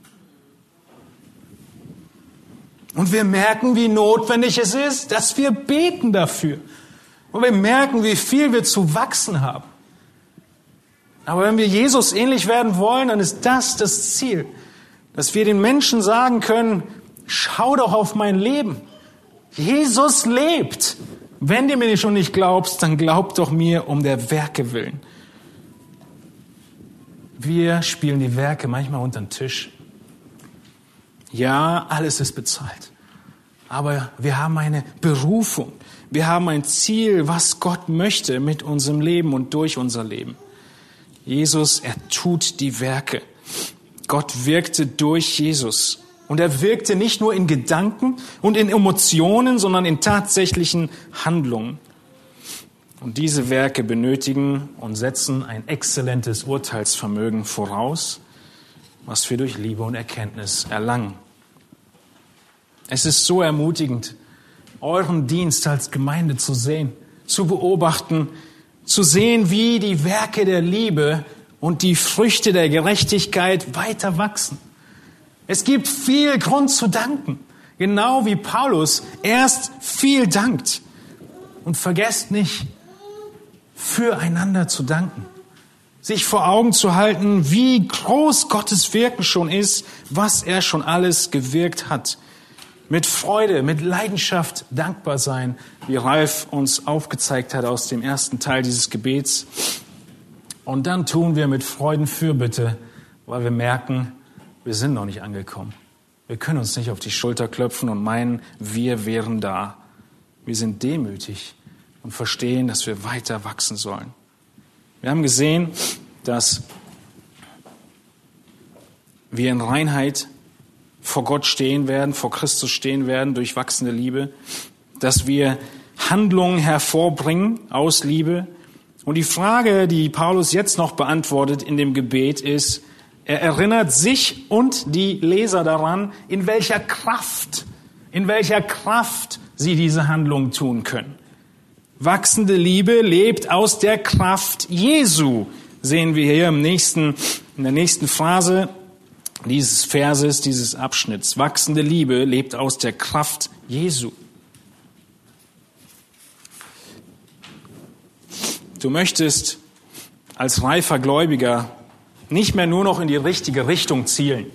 Und wir merken, wie notwendig es ist, dass wir beten dafür. Und wir merken, wie viel wir zu wachsen haben. Aber wenn wir Jesus ähnlich werden wollen, dann ist das das Ziel. Dass wir den Menschen sagen können, schau doch auf mein Leben. Jesus lebt. Wenn du mir schon nicht glaubst, dann glaub doch mir um der Werke willen. Wir spielen die Werke manchmal unter den Tisch. Ja, alles ist bezahlt. Aber wir haben eine Berufung. Wir haben ein Ziel, was Gott möchte mit unserem Leben und durch unser Leben. Jesus, er tut die Werke. Gott wirkte durch Jesus. Und er wirkte nicht nur in Gedanken und in Emotionen, sondern in tatsächlichen Handlungen. Und diese Werke benötigen und setzen ein exzellentes Urteilsvermögen voraus, was wir durch Liebe und Erkenntnis erlangen. Es ist so ermutigend, euren Dienst als Gemeinde zu sehen, zu beobachten, zu sehen, wie die Werke der Liebe und die Früchte der Gerechtigkeit weiter wachsen. Es gibt viel Grund zu danken, genau wie Paulus erst viel dankt. Und vergesst nicht, füreinander zu danken. Sich vor Augen zu halten, wie groß Gottes Wirken schon ist, was er schon alles gewirkt hat. Mit Freude, mit Leidenschaft dankbar sein, wie Ralf uns aufgezeigt hat aus dem ersten Teil dieses Gebets. Und dann tun wir mit Freuden Fürbitte, weil wir merken, wir sind noch nicht angekommen. Wir können uns nicht auf die Schulter klopfen und meinen, wir wären da. Wir sind demütig und verstehen, dass wir weiter wachsen sollen. Wir haben gesehen, dass wir in Reinheit vor Gott stehen werden, vor Christus stehen werden durch wachsende Liebe, dass wir Handlungen hervorbringen aus Liebe. Und die Frage, die Paulus jetzt noch beantwortet in dem Gebet ist, er erinnert sich und die Leser daran, in welcher Kraft, in welcher Kraft sie diese Handlungen tun können. Wachsende Liebe lebt aus der Kraft Jesu, sehen wir hier im nächsten, in der nächsten Phrase dieses Verses, dieses Abschnitts. Wachsende Liebe lebt aus der Kraft Jesu. Du möchtest als reifer Gläubiger nicht mehr nur noch in die richtige Richtung zielen.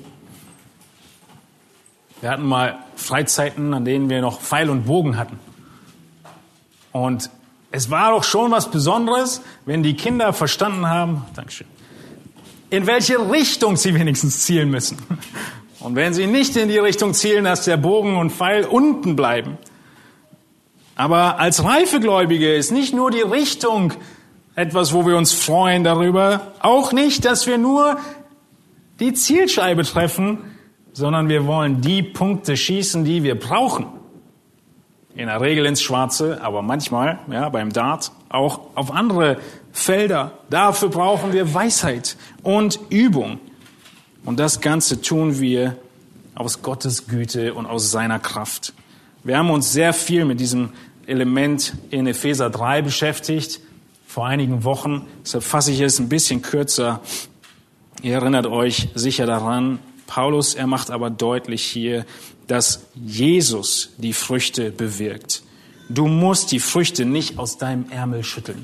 Wir hatten mal Freizeiten, an denen wir noch Pfeil und Bogen hatten. Und es war doch schon was Besonderes, wenn die Kinder verstanden haben, Dankeschön, in welche Richtung sie wenigstens zielen müssen. Und wenn sie nicht in die Richtung zielen, dass der Bogen und Pfeil unten bleiben. Aber als reife Gläubige ist nicht nur die Richtung etwas, wo wir uns freuen darüber, auch nicht, dass wir nur die Zielscheibe treffen, sondern wir wollen die Punkte schießen, die wir brauchen. In der Regel ins Schwarze, aber manchmal, ja, beim Dart, auch auf andere Felder. Dafür brauchen wir Weisheit und Übung. Und das Ganze tun wir aus Gottes Güte und aus seiner Kraft. Wir haben uns sehr viel mit diesem Element in Epheser drei beschäftigt, vor einigen Wochen. Deshalb fasse ich es ein bisschen kürzer. Ihr erinnert euch sicher daran, Paulus, er macht aber deutlich hier, dass Jesus die Früchte bewirkt. Du musst die Früchte nicht aus deinem Ärmel schütteln.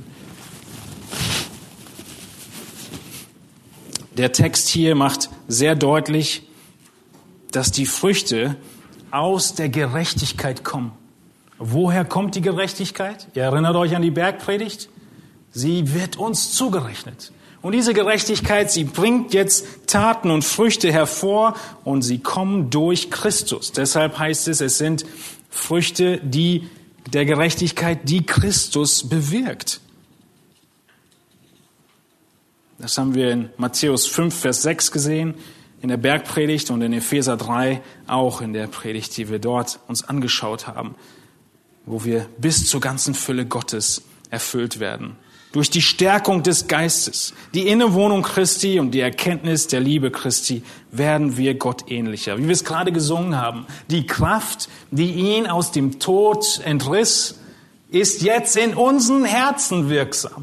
Der Text hier macht sehr deutlich, dass die Früchte aus der Gerechtigkeit kommen. Woher kommt die Gerechtigkeit? Ihr erinnert euch an die Bergpredigt? Sie wird uns zugerechnet. Und diese Gerechtigkeit, sie bringt jetzt Taten und Früchte hervor und sie kommen durch Christus. Deshalb heißt es, es sind Früchte, die der Gerechtigkeit, die Christus bewirkt. Das haben wir in Matthäus fünf, Vers sechs gesehen. in der Bergpredigt und in Epheser drei auch in der Predigt, die wir dort uns angeschaut haben, wo wir bis zur ganzen Fülle Gottes erfüllt werden. Durch die Stärkung des Geistes, die Innewohnung Christi und die Erkenntnis der Liebe Christi werden wir Gott ähnlicher. Wie wir es gerade gesungen haben, die Kraft, die ihn aus dem Tod entriss, ist jetzt in unseren Herzen wirksam.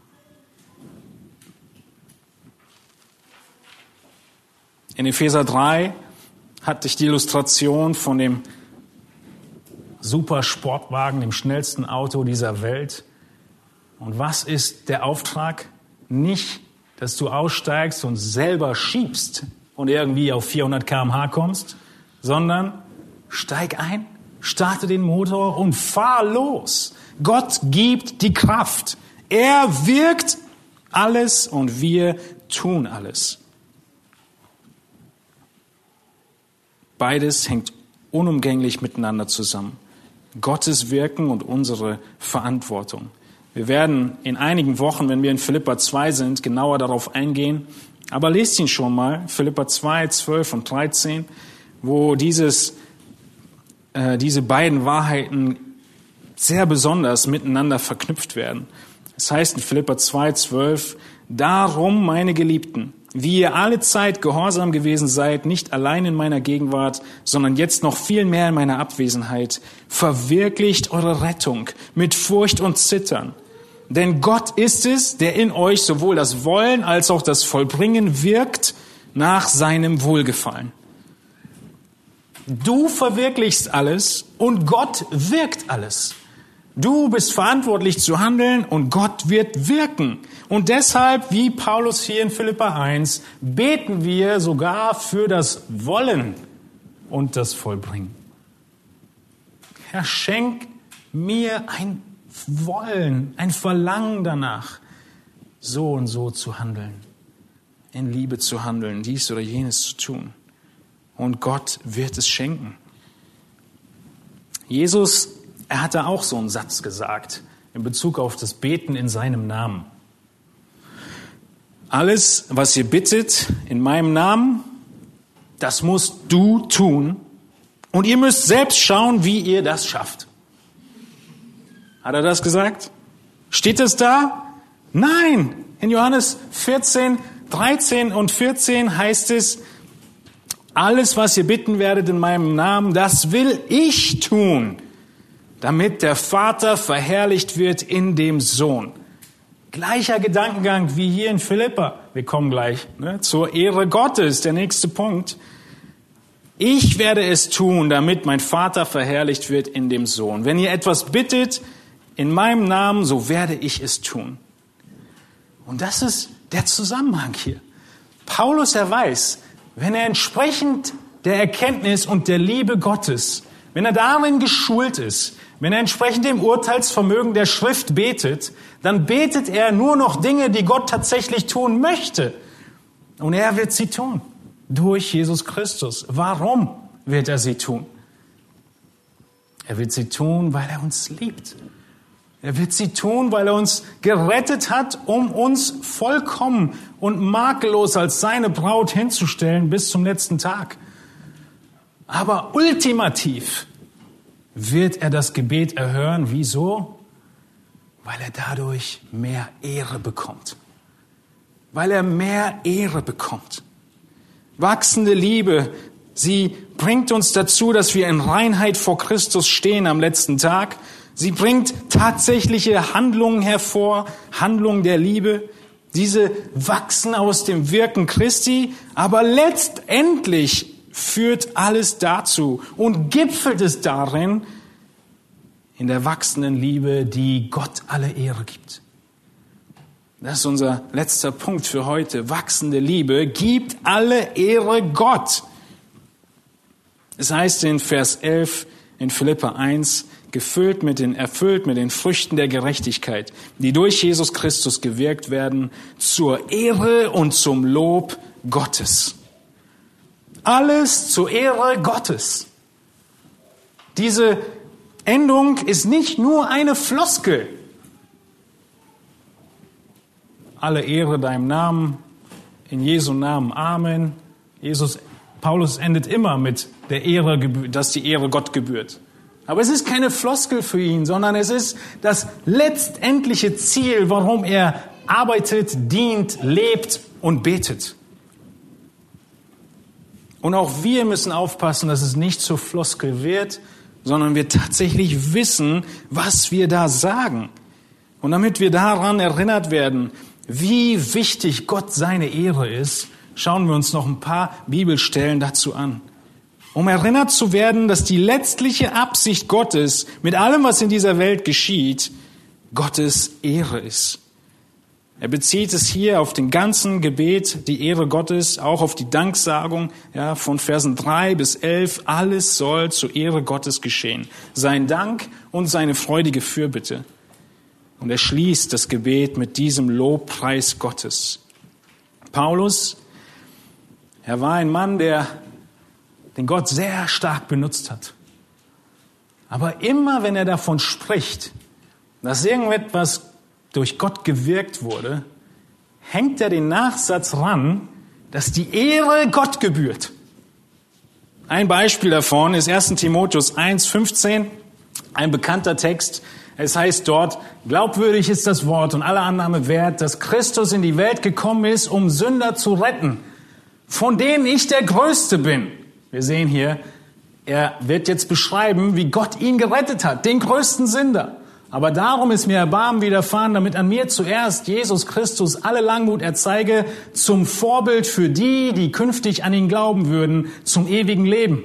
In Epheser drei hatte ich die Illustration von dem Supersportwagen, dem schnellsten Auto dieser Welt. Und was ist der Auftrag? Nicht, dass du aussteigst und selber schiebst und irgendwie auf vierhundert Kilometer pro Stunde kommst, sondern steig ein, starte den Motor und fahr los. Gott gibt die Kraft. Er wirkt alles und wir tun alles. Beides hängt unumgänglich miteinander zusammen. Gottes Wirken und unsere Verantwortung. Wir werden in einigen Wochen, wenn wir in Philipper zwei sind, genauer darauf eingehen. Aber lest ihn schon mal, Philipper zwei, zwölf und dreizehn, wo dieses, äh, diese beiden Wahrheiten sehr besonders miteinander verknüpft werden. Es heißt in Philipper zwei, zwölf, darum, meine Geliebten, wie ihr alle Zeit gehorsam gewesen seid, nicht allein in meiner Gegenwart, sondern jetzt noch viel mehr in meiner Abwesenheit, verwirklicht eure Rettung mit Furcht und Zittern. Denn Gott ist es, der in euch sowohl das Wollen als auch das Vollbringen wirkt nach seinem Wohlgefallen. Du verwirklichst alles und Gott wirkt alles. Du bist verantwortlich zu handeln und Gott wird wirken. Und deshalb, wie Paulus hier in Philipper eins, beten wir sogar für das Wollen und das Vollbringen. Herr, schenk mir ein Wollen, ein Verlangen danach, so und so zu handeln, in Liebe zu handeln, dies oder jenes zu tun. Und Gott wird es schenken. Jesus, er hatte auch so einen Satz gesagt in Bezug auf das Beten in seinem Namen. Alles, was ihr bittet in meinem Namen, das musst du tun. Und ihr müsst selbst schauen, wie ihr das schafft. Hat er das gesagt? Steht es da? Nein. In Johannes vierzehn, dreizehn und vierzehn heißt es, alles, was ihr bitten werdet in meinem Namen, das will ich tun, damit der Vater verherrlicht wird in dem Sohn. Gleicher Gedankengang wie hier in Philipper. Wir kommen gleich ne, zur Ehre Gottes, der nächste Punkt. Ich werde es tun, damit mein Vater verherrlicht wird in dem Sohn. Wenn ihr etwas bittet in meinem Namen, so werde ich es tun. Und das ist der Zusammenhang hier. Paulus, er weiß, wenn er entsprechend der Erkenntnis und der Liebe Gottes, wenn er darin geschult ist, wenn er entsprechend dem Urteilsvermögen der Schrift betet, dann betet er nur noch Dinge, die Gott tatsächlich tun möchte. Und er wird sie tun. Durch Jesus Christus. Warum wird er sie tun? Er wird sie tun, weil er uns liebt. Er wird sie tun, weil er uns gerettet hat, um uns vollkommen und makellos als seine Braut hinzustellen bis zum letzten Tag. Aber ultimativ wird er das Gebet erhören. Wieso? Weil er dadurch mehr Ehre bekommt. Weil er mehr Ehre bekommt. Wachsende Liebe, sie bringt uns dazu, dass wir in Reinheit vor Christus stehen am letzten Tag. Sie bringt tatsächliche Handlungen hervor, Handlungen der Liebe. Diese wachsen aus dem Wirken Christi, aber letztendlich führt alles dazu und gipfelt es darin, in der wachsenden Liebe, die Gott alle Ehre gibt. Das ist unser letzter Punkt für heute. Wachsende Liebe gibt alle Ehre Gott. Es heißt in Vers elf in Philipper eins, gefüllt mit den, erfüllt mit den Früchten der Gerechtigkeit, die durch Jesus Christus gewirkt werden, zur Ehre und zum Lob Gottes. Alles zur Ehre Gottes. Diese Endung ist nicht nur eine Floskel. Alle Ehre deinem Namen, in Jesu Namen Amen, Jesus, Paulus endet immer mit der Ehre, dass die Ehre Gott gebührt. Aber es ist keine Floskel für ihn, sondern es ist das letztendliche Ziel, warum er arbeitet, dient, lebt und betet. Und auch wir müssen aufpassen, dass es nicht zur Floskel wird, sondern wir tatsächlich wissen, was wir da sagen. Und damit wir daran erinnert werden, wie wichtig Gott seine Ehre ist, schauen wir uns noch ein paar Bibelstellen dazu an. Um erinnert zu werden, dass die letztliche Absicht Gottes mit allem, was in dieser Welt geschieht, Gottes Ehre ist. Er bezieht es hier auf den ganzen Gebet, die Ehre Gottes, auch auf die Danksagung, ja, von Versen drei bis elf. Alles soll zur Ehre Gottes geschehen. Sein Dank und seine freudige Fürbitte. Und er schließt das Gebet mit diesem Lobpreis Gottes. Paulus, er war ein Mann, der den Gott sehr stark benutzt hat. Aber immer, wenn er davon spricht, dass irgendetwas durch Gott gewirkt wurde, hängt er den Nachsatz ran, dass die Ehre Gott gebührt. Ein Beispiel davon ist erster Timotheus eins fünfzehn, ein bekannter Text. Es heißt dort, glaubwürdig ist das Wort und alle Annahme wert, dass Christus in die Welt gekommen ist, um Sünder zu retten, von denen ich der Größte bin. Wir sehen hier, er wird jetzt beschreiben, wie Gott ihn gerettet hat, den größten Sünder. Aber darum ist mir Erbarmen widerfahren, damit an mir zuerst Jesus Christus alle Langmut erzeige, zum Vorbild für die, die künftig an ihn glauben würden, zum ewigen Leben.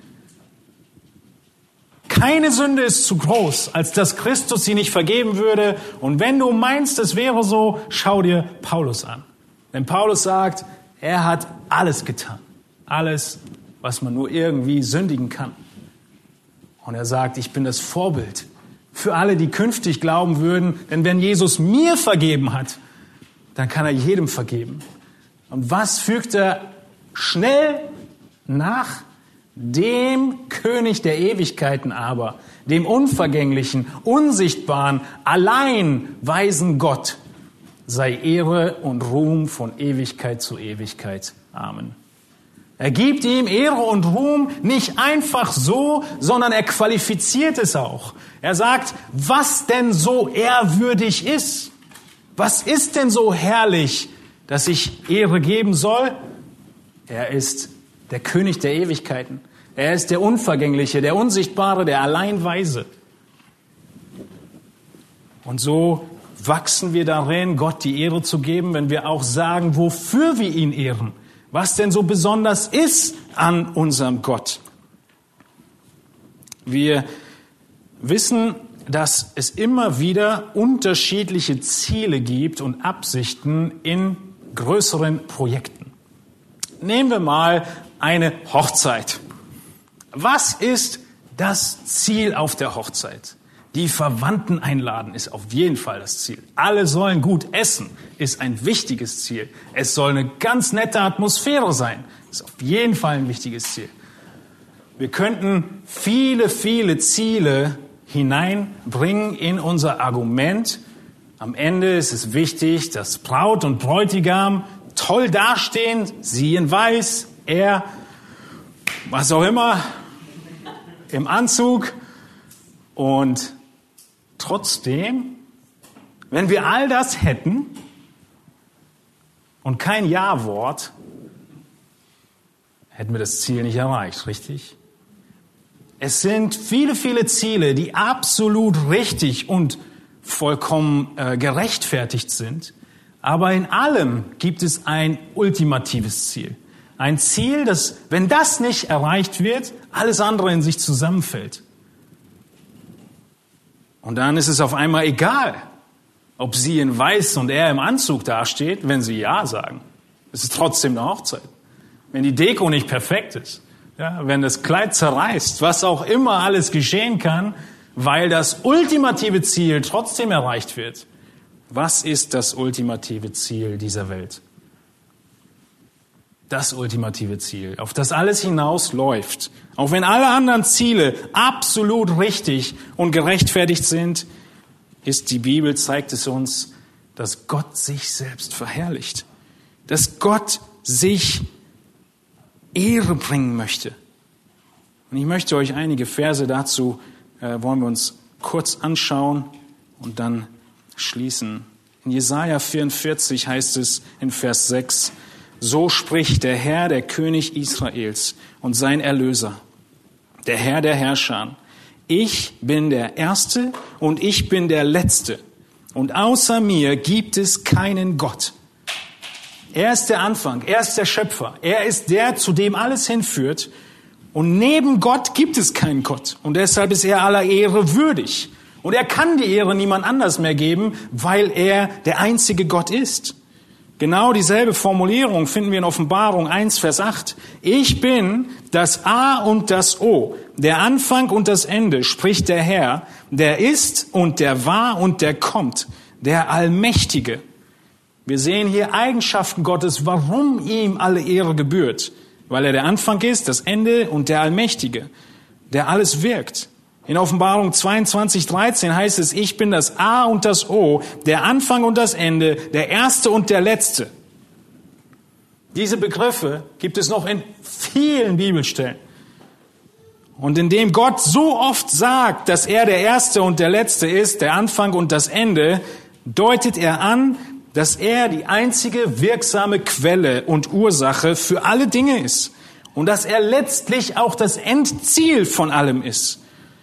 Keine Sünde ist zu groß, als dass Christus sie nicht vergeben würde. Und wenn du meinst, es wäre so, schau dir Paulus an. Denn Paulus sagt, er hat alles getan. Alles, was man nur irgendwie sündigen kann. Und er sagt, ich bin das Vorbild für alle, die künftig glauben würden. Denn wenn Jesus mir vergeben hat, dann kann er jedem vergeben. Und was fügt er schnell nach? Dem König der Ewigkeiten aber, dem unvergänglichen, unsichtbaren, allein weisen Gott, sei Ehre und Ruhm von Ewigkeit zu Ewigkeit. Amen. Er gibt ihm Ehre und Ruhm nicht einfach so, sondern er qualifiziert es auch. Er sagt, was denn so ehrwürdig ist. Was ist denn so herrlich, dass ich Ehre geben soll? Er ist der König der Ewigkeiten. Er ist der Unvergängliche, der Unsichtbare, der Alleinweise. Und so wachsen wir darin, Gott die Ehre zu geben, wenn wir auch sagen, wofür wir ihn ehren. Was denn so besonders ist an unserem Gott. Wir wissen, dass es immer wieder unterschiedliche Ziele gibt und Absichten in größeren Projekten. Nehmen wir mal eine Hochzeit. Was ist das Ziel auf der Hochzeit? Die Verwandten einladen ist auf jeden Fall das Ziel. Alle sollen gut essen, ist ein wichtiges Ziel. Es soll eine ganz nette Atmosphäre sein, ist auf jeden Fall ein wichtiges Ziel. Wir könnten viele, viele Ziele hineinbringen in unser Argument. Am Ende ist es wichtig, dass Braut und Bräutigam toll dastehen, sie in weiß, er, was auch immer, im Anzug. Und trotzdem, wenn wir all das hätten und kein Ja-Wort, hätten wir das Ziel nicht erreicht, richtig? Es sind viele, viele Ziele, die absolut richtig und vollkommen äh, gerechtfertigt sind. Aber in allem gibt es ein ultimatives Ziel. Ein Ziel, das, wenn das nicht erreicht wird, alles andere in sich zusammenfällt. Und dann ist es auf einmal egal, ob sie in Weiß und er im Anzug dasteht, wenn sie Ja sagen. Es ist trotzdem eine Hochzeit. Wenn die Deko nicht perfekt ist, ja, wenn das Kleid zerreißt, was auch immer alles geschehen kann, weil das ultimative Ziel trotzdem erreicht wird. Was ist das ultimative Ziel dieser Welt? Das ultimative Ziel, auf das alles hinausläuft. Auch wenn alle anderen Ziele absolut richtig und gerechtfertigt sind, ist die Bibel, zeigt es uns, dass Gott sich selbst verherrlicht. Dass Gott sich Ehre bringen möchte. Und ich möchte euch einige Verse dazu, äh, wollen wir uns kurz anschauen und dann schließen. In Jesaja vierundvierzig heißt es in Vers sechs, so spricht der Herr, der König Israels und sein Erlöser, der Herr der Herrscher. Ich bin der Erste und ich bin der Letzte. Und außer mir gibt es keinen Gott. Er ist der Anfang, er ist der Schöpfer. Er ist der, zu dem alles hinführt. Und neben Gott gibt es keinen Gott. Und deshalb ist er aller Ehre würdig. Und er kann die Ehre niemand anders mehr geben, weil er der einzige Gott ist. Genau dieselbe Formulierung finden wir in Offenbarung eins, Vers acht. Ich bin das A und das O, der Anfang und das Ende, spricht der Herr, der ist und der war und der kommt, der Allmächtige. Wir sehen hier Eigenschaften Gottes, warum ihm alle Ehre gebührt. Weil er der Anfang ist, das Ende und der Allmächtige, der alles wirkt. In Offenbarung zweiundzwanzig, dreizehn heißt es, ich bin das A und das O, der Anfang und das Ende, der Erste und der Letzte. Diese Begriffe gibt es noch in vielen Bibelstellen. Und indem Gott so oft sagt, dass er der Erste und der Letzte ist, der Anfang und das Ende, deutet er an, dass er die einzige wirksame Quelle und Ursache für alle Dinge ist. Und dass er letztlich auch das Endziel von allem ist.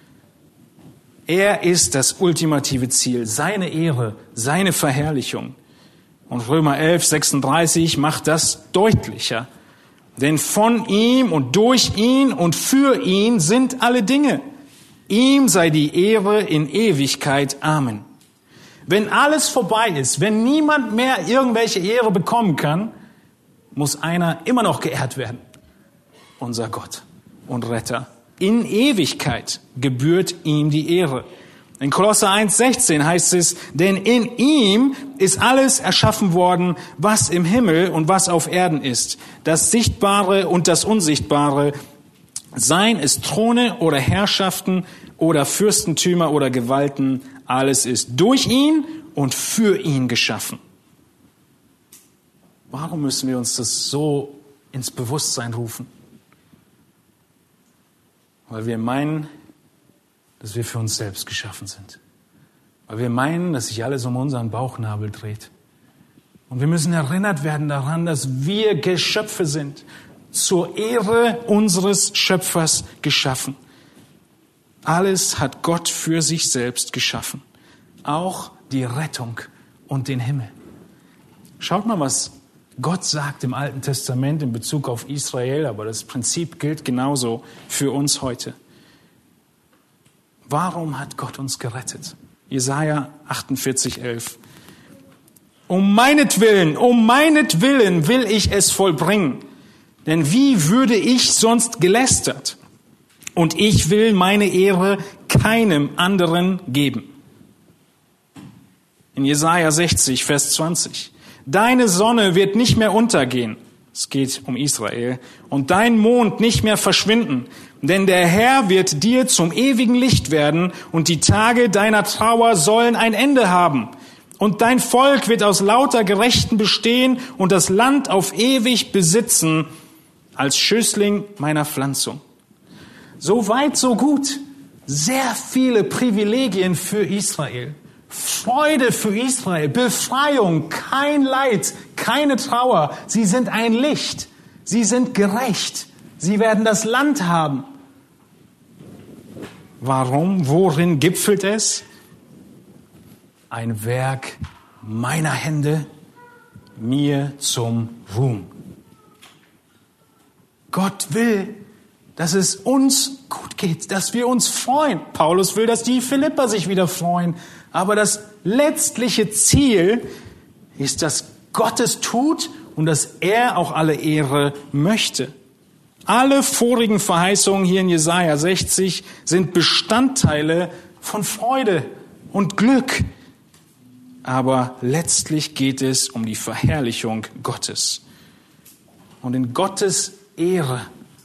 Er ist das ultimative Ziel, seine Ehre, seine Verherrlichung. Und Römer elf, sechsunddreißig macht das deutlicher. Denn von ihm und durch ihn und für ihn sind alle Dinge. Ihm sei die Ehre in Ewigkeit. Amen. Wenn alles vorbei ist, wenn niemand mehr irgendwelche Ehre bekommen kann, muss einer immer noch geehrt werden. Unser Gott und Retter. In Ewigkeit gebührt ihm die Ehre. In Kolosser eins, sechzehn heißt es, denn in ihm ist alles erschaffen worden, was im Himmel und was auf Erden ist. Das Sichtbare und das Unsichtbare, seien es Throne oder Herrschaften oder Fürstentümer oder Gewalten, alles ist durch ihn und für ihn geschaffen. Warum müssen wir uns das so ins Bewusstsein rufen? Weil wir meinen, dass wir für uns selbst geschaffen sind. Weil wir meinen, dass sich alles um unseren Bauchnabel dreht. Und wir müssen erinnert werden daran, dass wir Geschöpfe sind, zur Ehre unseres Schöpfers geschaffen. Alles hat Gott für sich selbst geschaffen. Auch die Rettung und den Himmel. Schaut mal, was Gott sagt im Alten Testament in Bezug auf Israel, aber das Prinzip gilt genauso für uns heute. Warum hat Gott uns gerettet? Jesaja achtundvierzig, elf. Um meinetwillen, um meinetwillen will ich es vollbringen. Denn wie würde ich sonst gelästert? Und ich will meine Ehre keinem anderen geben. In Jesaja sechzig, Vers zwanzig. Deine Sonne wird nicht mehr untergehen. Es geht um Israel. Und dein Mond nicht mehr verschwinden. Denn der Herr wird dir zum ewigen Licht werden und die Tage deiner Trauer sollen ein Ende haben. Und dein Volk wird aus lauter Gerechten bestehen und das Land auf ewig besitzen als Schößling meiner Pflanzung. So weit, so gut. Sehr viele Privilegien für Israel. Freude für Israel, Befreiung, kein Leid, keine Trauer. Sie sind ein Licht. Sie sind gerecht. Sie werden das Land haben. Warum? Worin gipfelt es? Ein Werk meiner Hände, mir zum Ruhm. Gott will, dass es uns gut geht, dass wir uns freuen. Paulus will, dass die Philipper sich wieder freuen. Aber das letztliche Ziel ist, dass Gott es tut und dass er auch alle Ehre möchte. Alle vorigen Verheißungen hier in Jesaja sechzig sind Bestandteile von Freude und Glück. Aber letztlich geht es um die Verherrlichung Gottes. Und in Gottes Ehre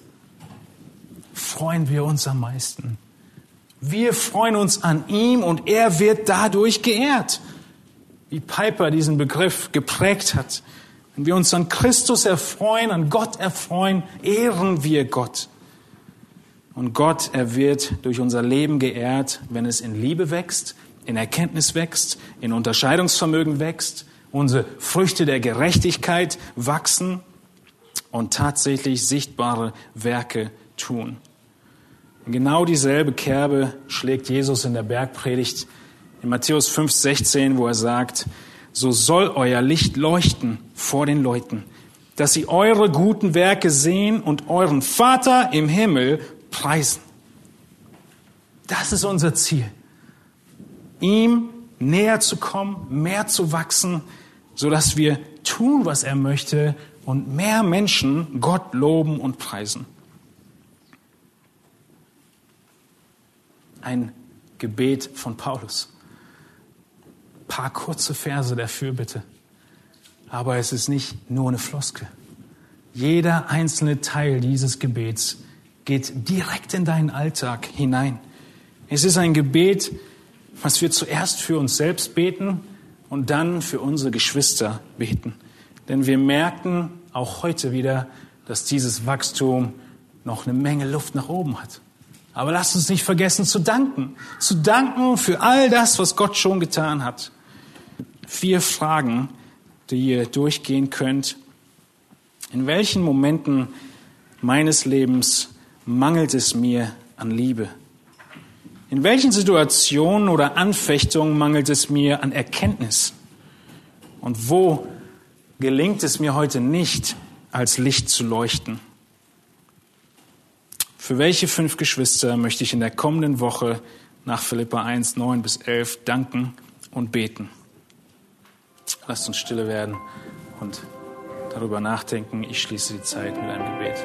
freuen wir uns am meisten. Wir freuen uns an ihm und er wird dadurch geehrt. Wie Piper diesen Begriff geprägt hat. Wenn wir uns an Christus erfreuen, an Gott erfreuen, ehren wir Gott. Und Gott, er wird durch unser Leben geehrt, wenn es in Liebe wächst, in Erkenntnis wächst, in Unterscheidungsvermögen wächst, unsere Früchte der Gerechtigkeit wachsen und tatsächlich sichtbare Werke tun. Und genau dieselbe Kerbe schlägt Jesus in der Bergpredigt in Matthäus fünf, sechzehn, wo er sagt, so soll euer Licht leuchten vor den Leuten, dass sie eure guten Werke sehen und euren Vater im Himmel preisen. Das ist unser Ziel. Ihm näher zu kommen, mehr zu wachsen, sodass wir tun, was er möchte und mehr Menschen Gott loben und preisen. Ein Gebet von Paulus. Ein paar kurze Verse dafür bitte. Aber es ist nicht nur eine Floskel. Jeder einzelne Teil dieses Gebets geht direkt in deinen Alltag hinein. Es ist ein Gebet, was wir zuerst für uns selbst beten und dann für unsere Geschwister beten. Denn wir merken auch heute wieder, dass dieses Wachstum noch eine Menge Luft nach oben hat. Aber lasst uns nicht vergessen zu danken. Zu danken für all das, was Gott schon getan hat. Vier Fragen, die ihr durchgehen könnt. In welchen Momenten meines Lebens mangelt es mir an Liebe? In welchen Situationen oder Anfechtungen mangelt es mir an Erkenntnis? Und wo gelingt es mir heute nicht, als Licht zu leuchten? Für welche fünf Geschwister möchte ich in der kommenden Woche nach Philipper eins, neun bis elf danken und beten? Lasst uns stille werden und darüber nachdenken. Ich schließe die Zeit mit einem Gebet.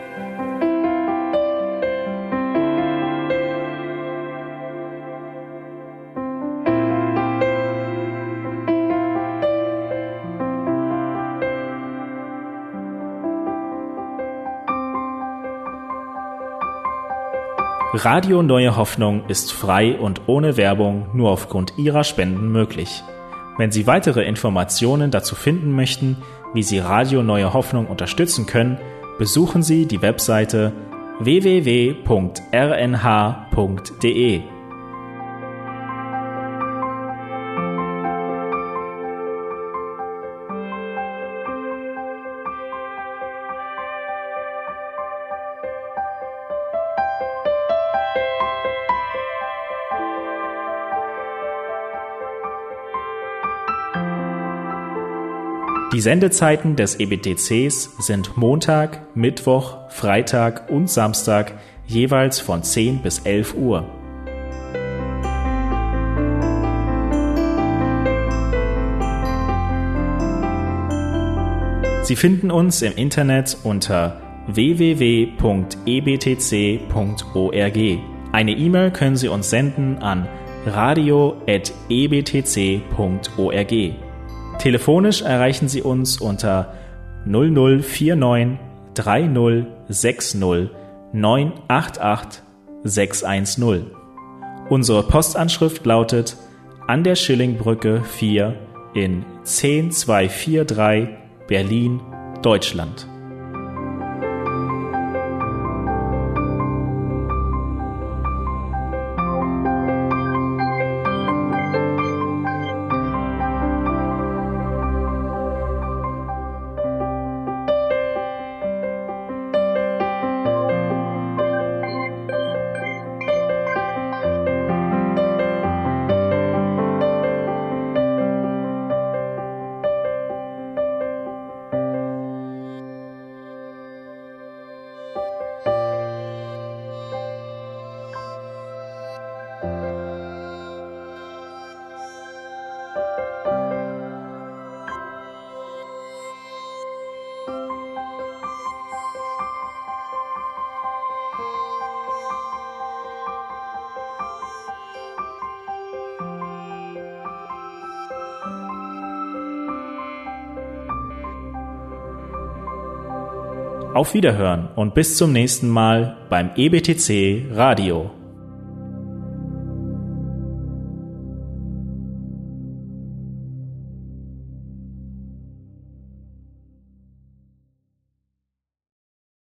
Radio Neue Hoffnung ist frei und ohne Werbung nur aufgrund Ihrer Spenden möglich. Wenn Sie weitere Informationen dazu finden möchten, wie Sie Radio Neue Hoffnung unterstützen können, besuchen Sie die Webseite w w w punkt r n h punkt d e. Die Sendezeiten des E B T Cs sind Montag, Mittwoch, Freitag und Samstag jeweils von zehn bis elf Uhr. Sie finden uns im Internet unter w w w punkt e b t c punkt org. Eine E-Mail können Sie uns senden an radio at e b t c punkt org. Telefonisch erreichen Sie uns unter null null vier neun drei null sechs null neun acht acht sechs eins null. Unsere Postanschrift lautet an der Schillingbrücke vier in zehn zwei vier drei Berlin, Deutschland. Auf Wiederhören und bis zum nächsten Mal beim E B T C Radio.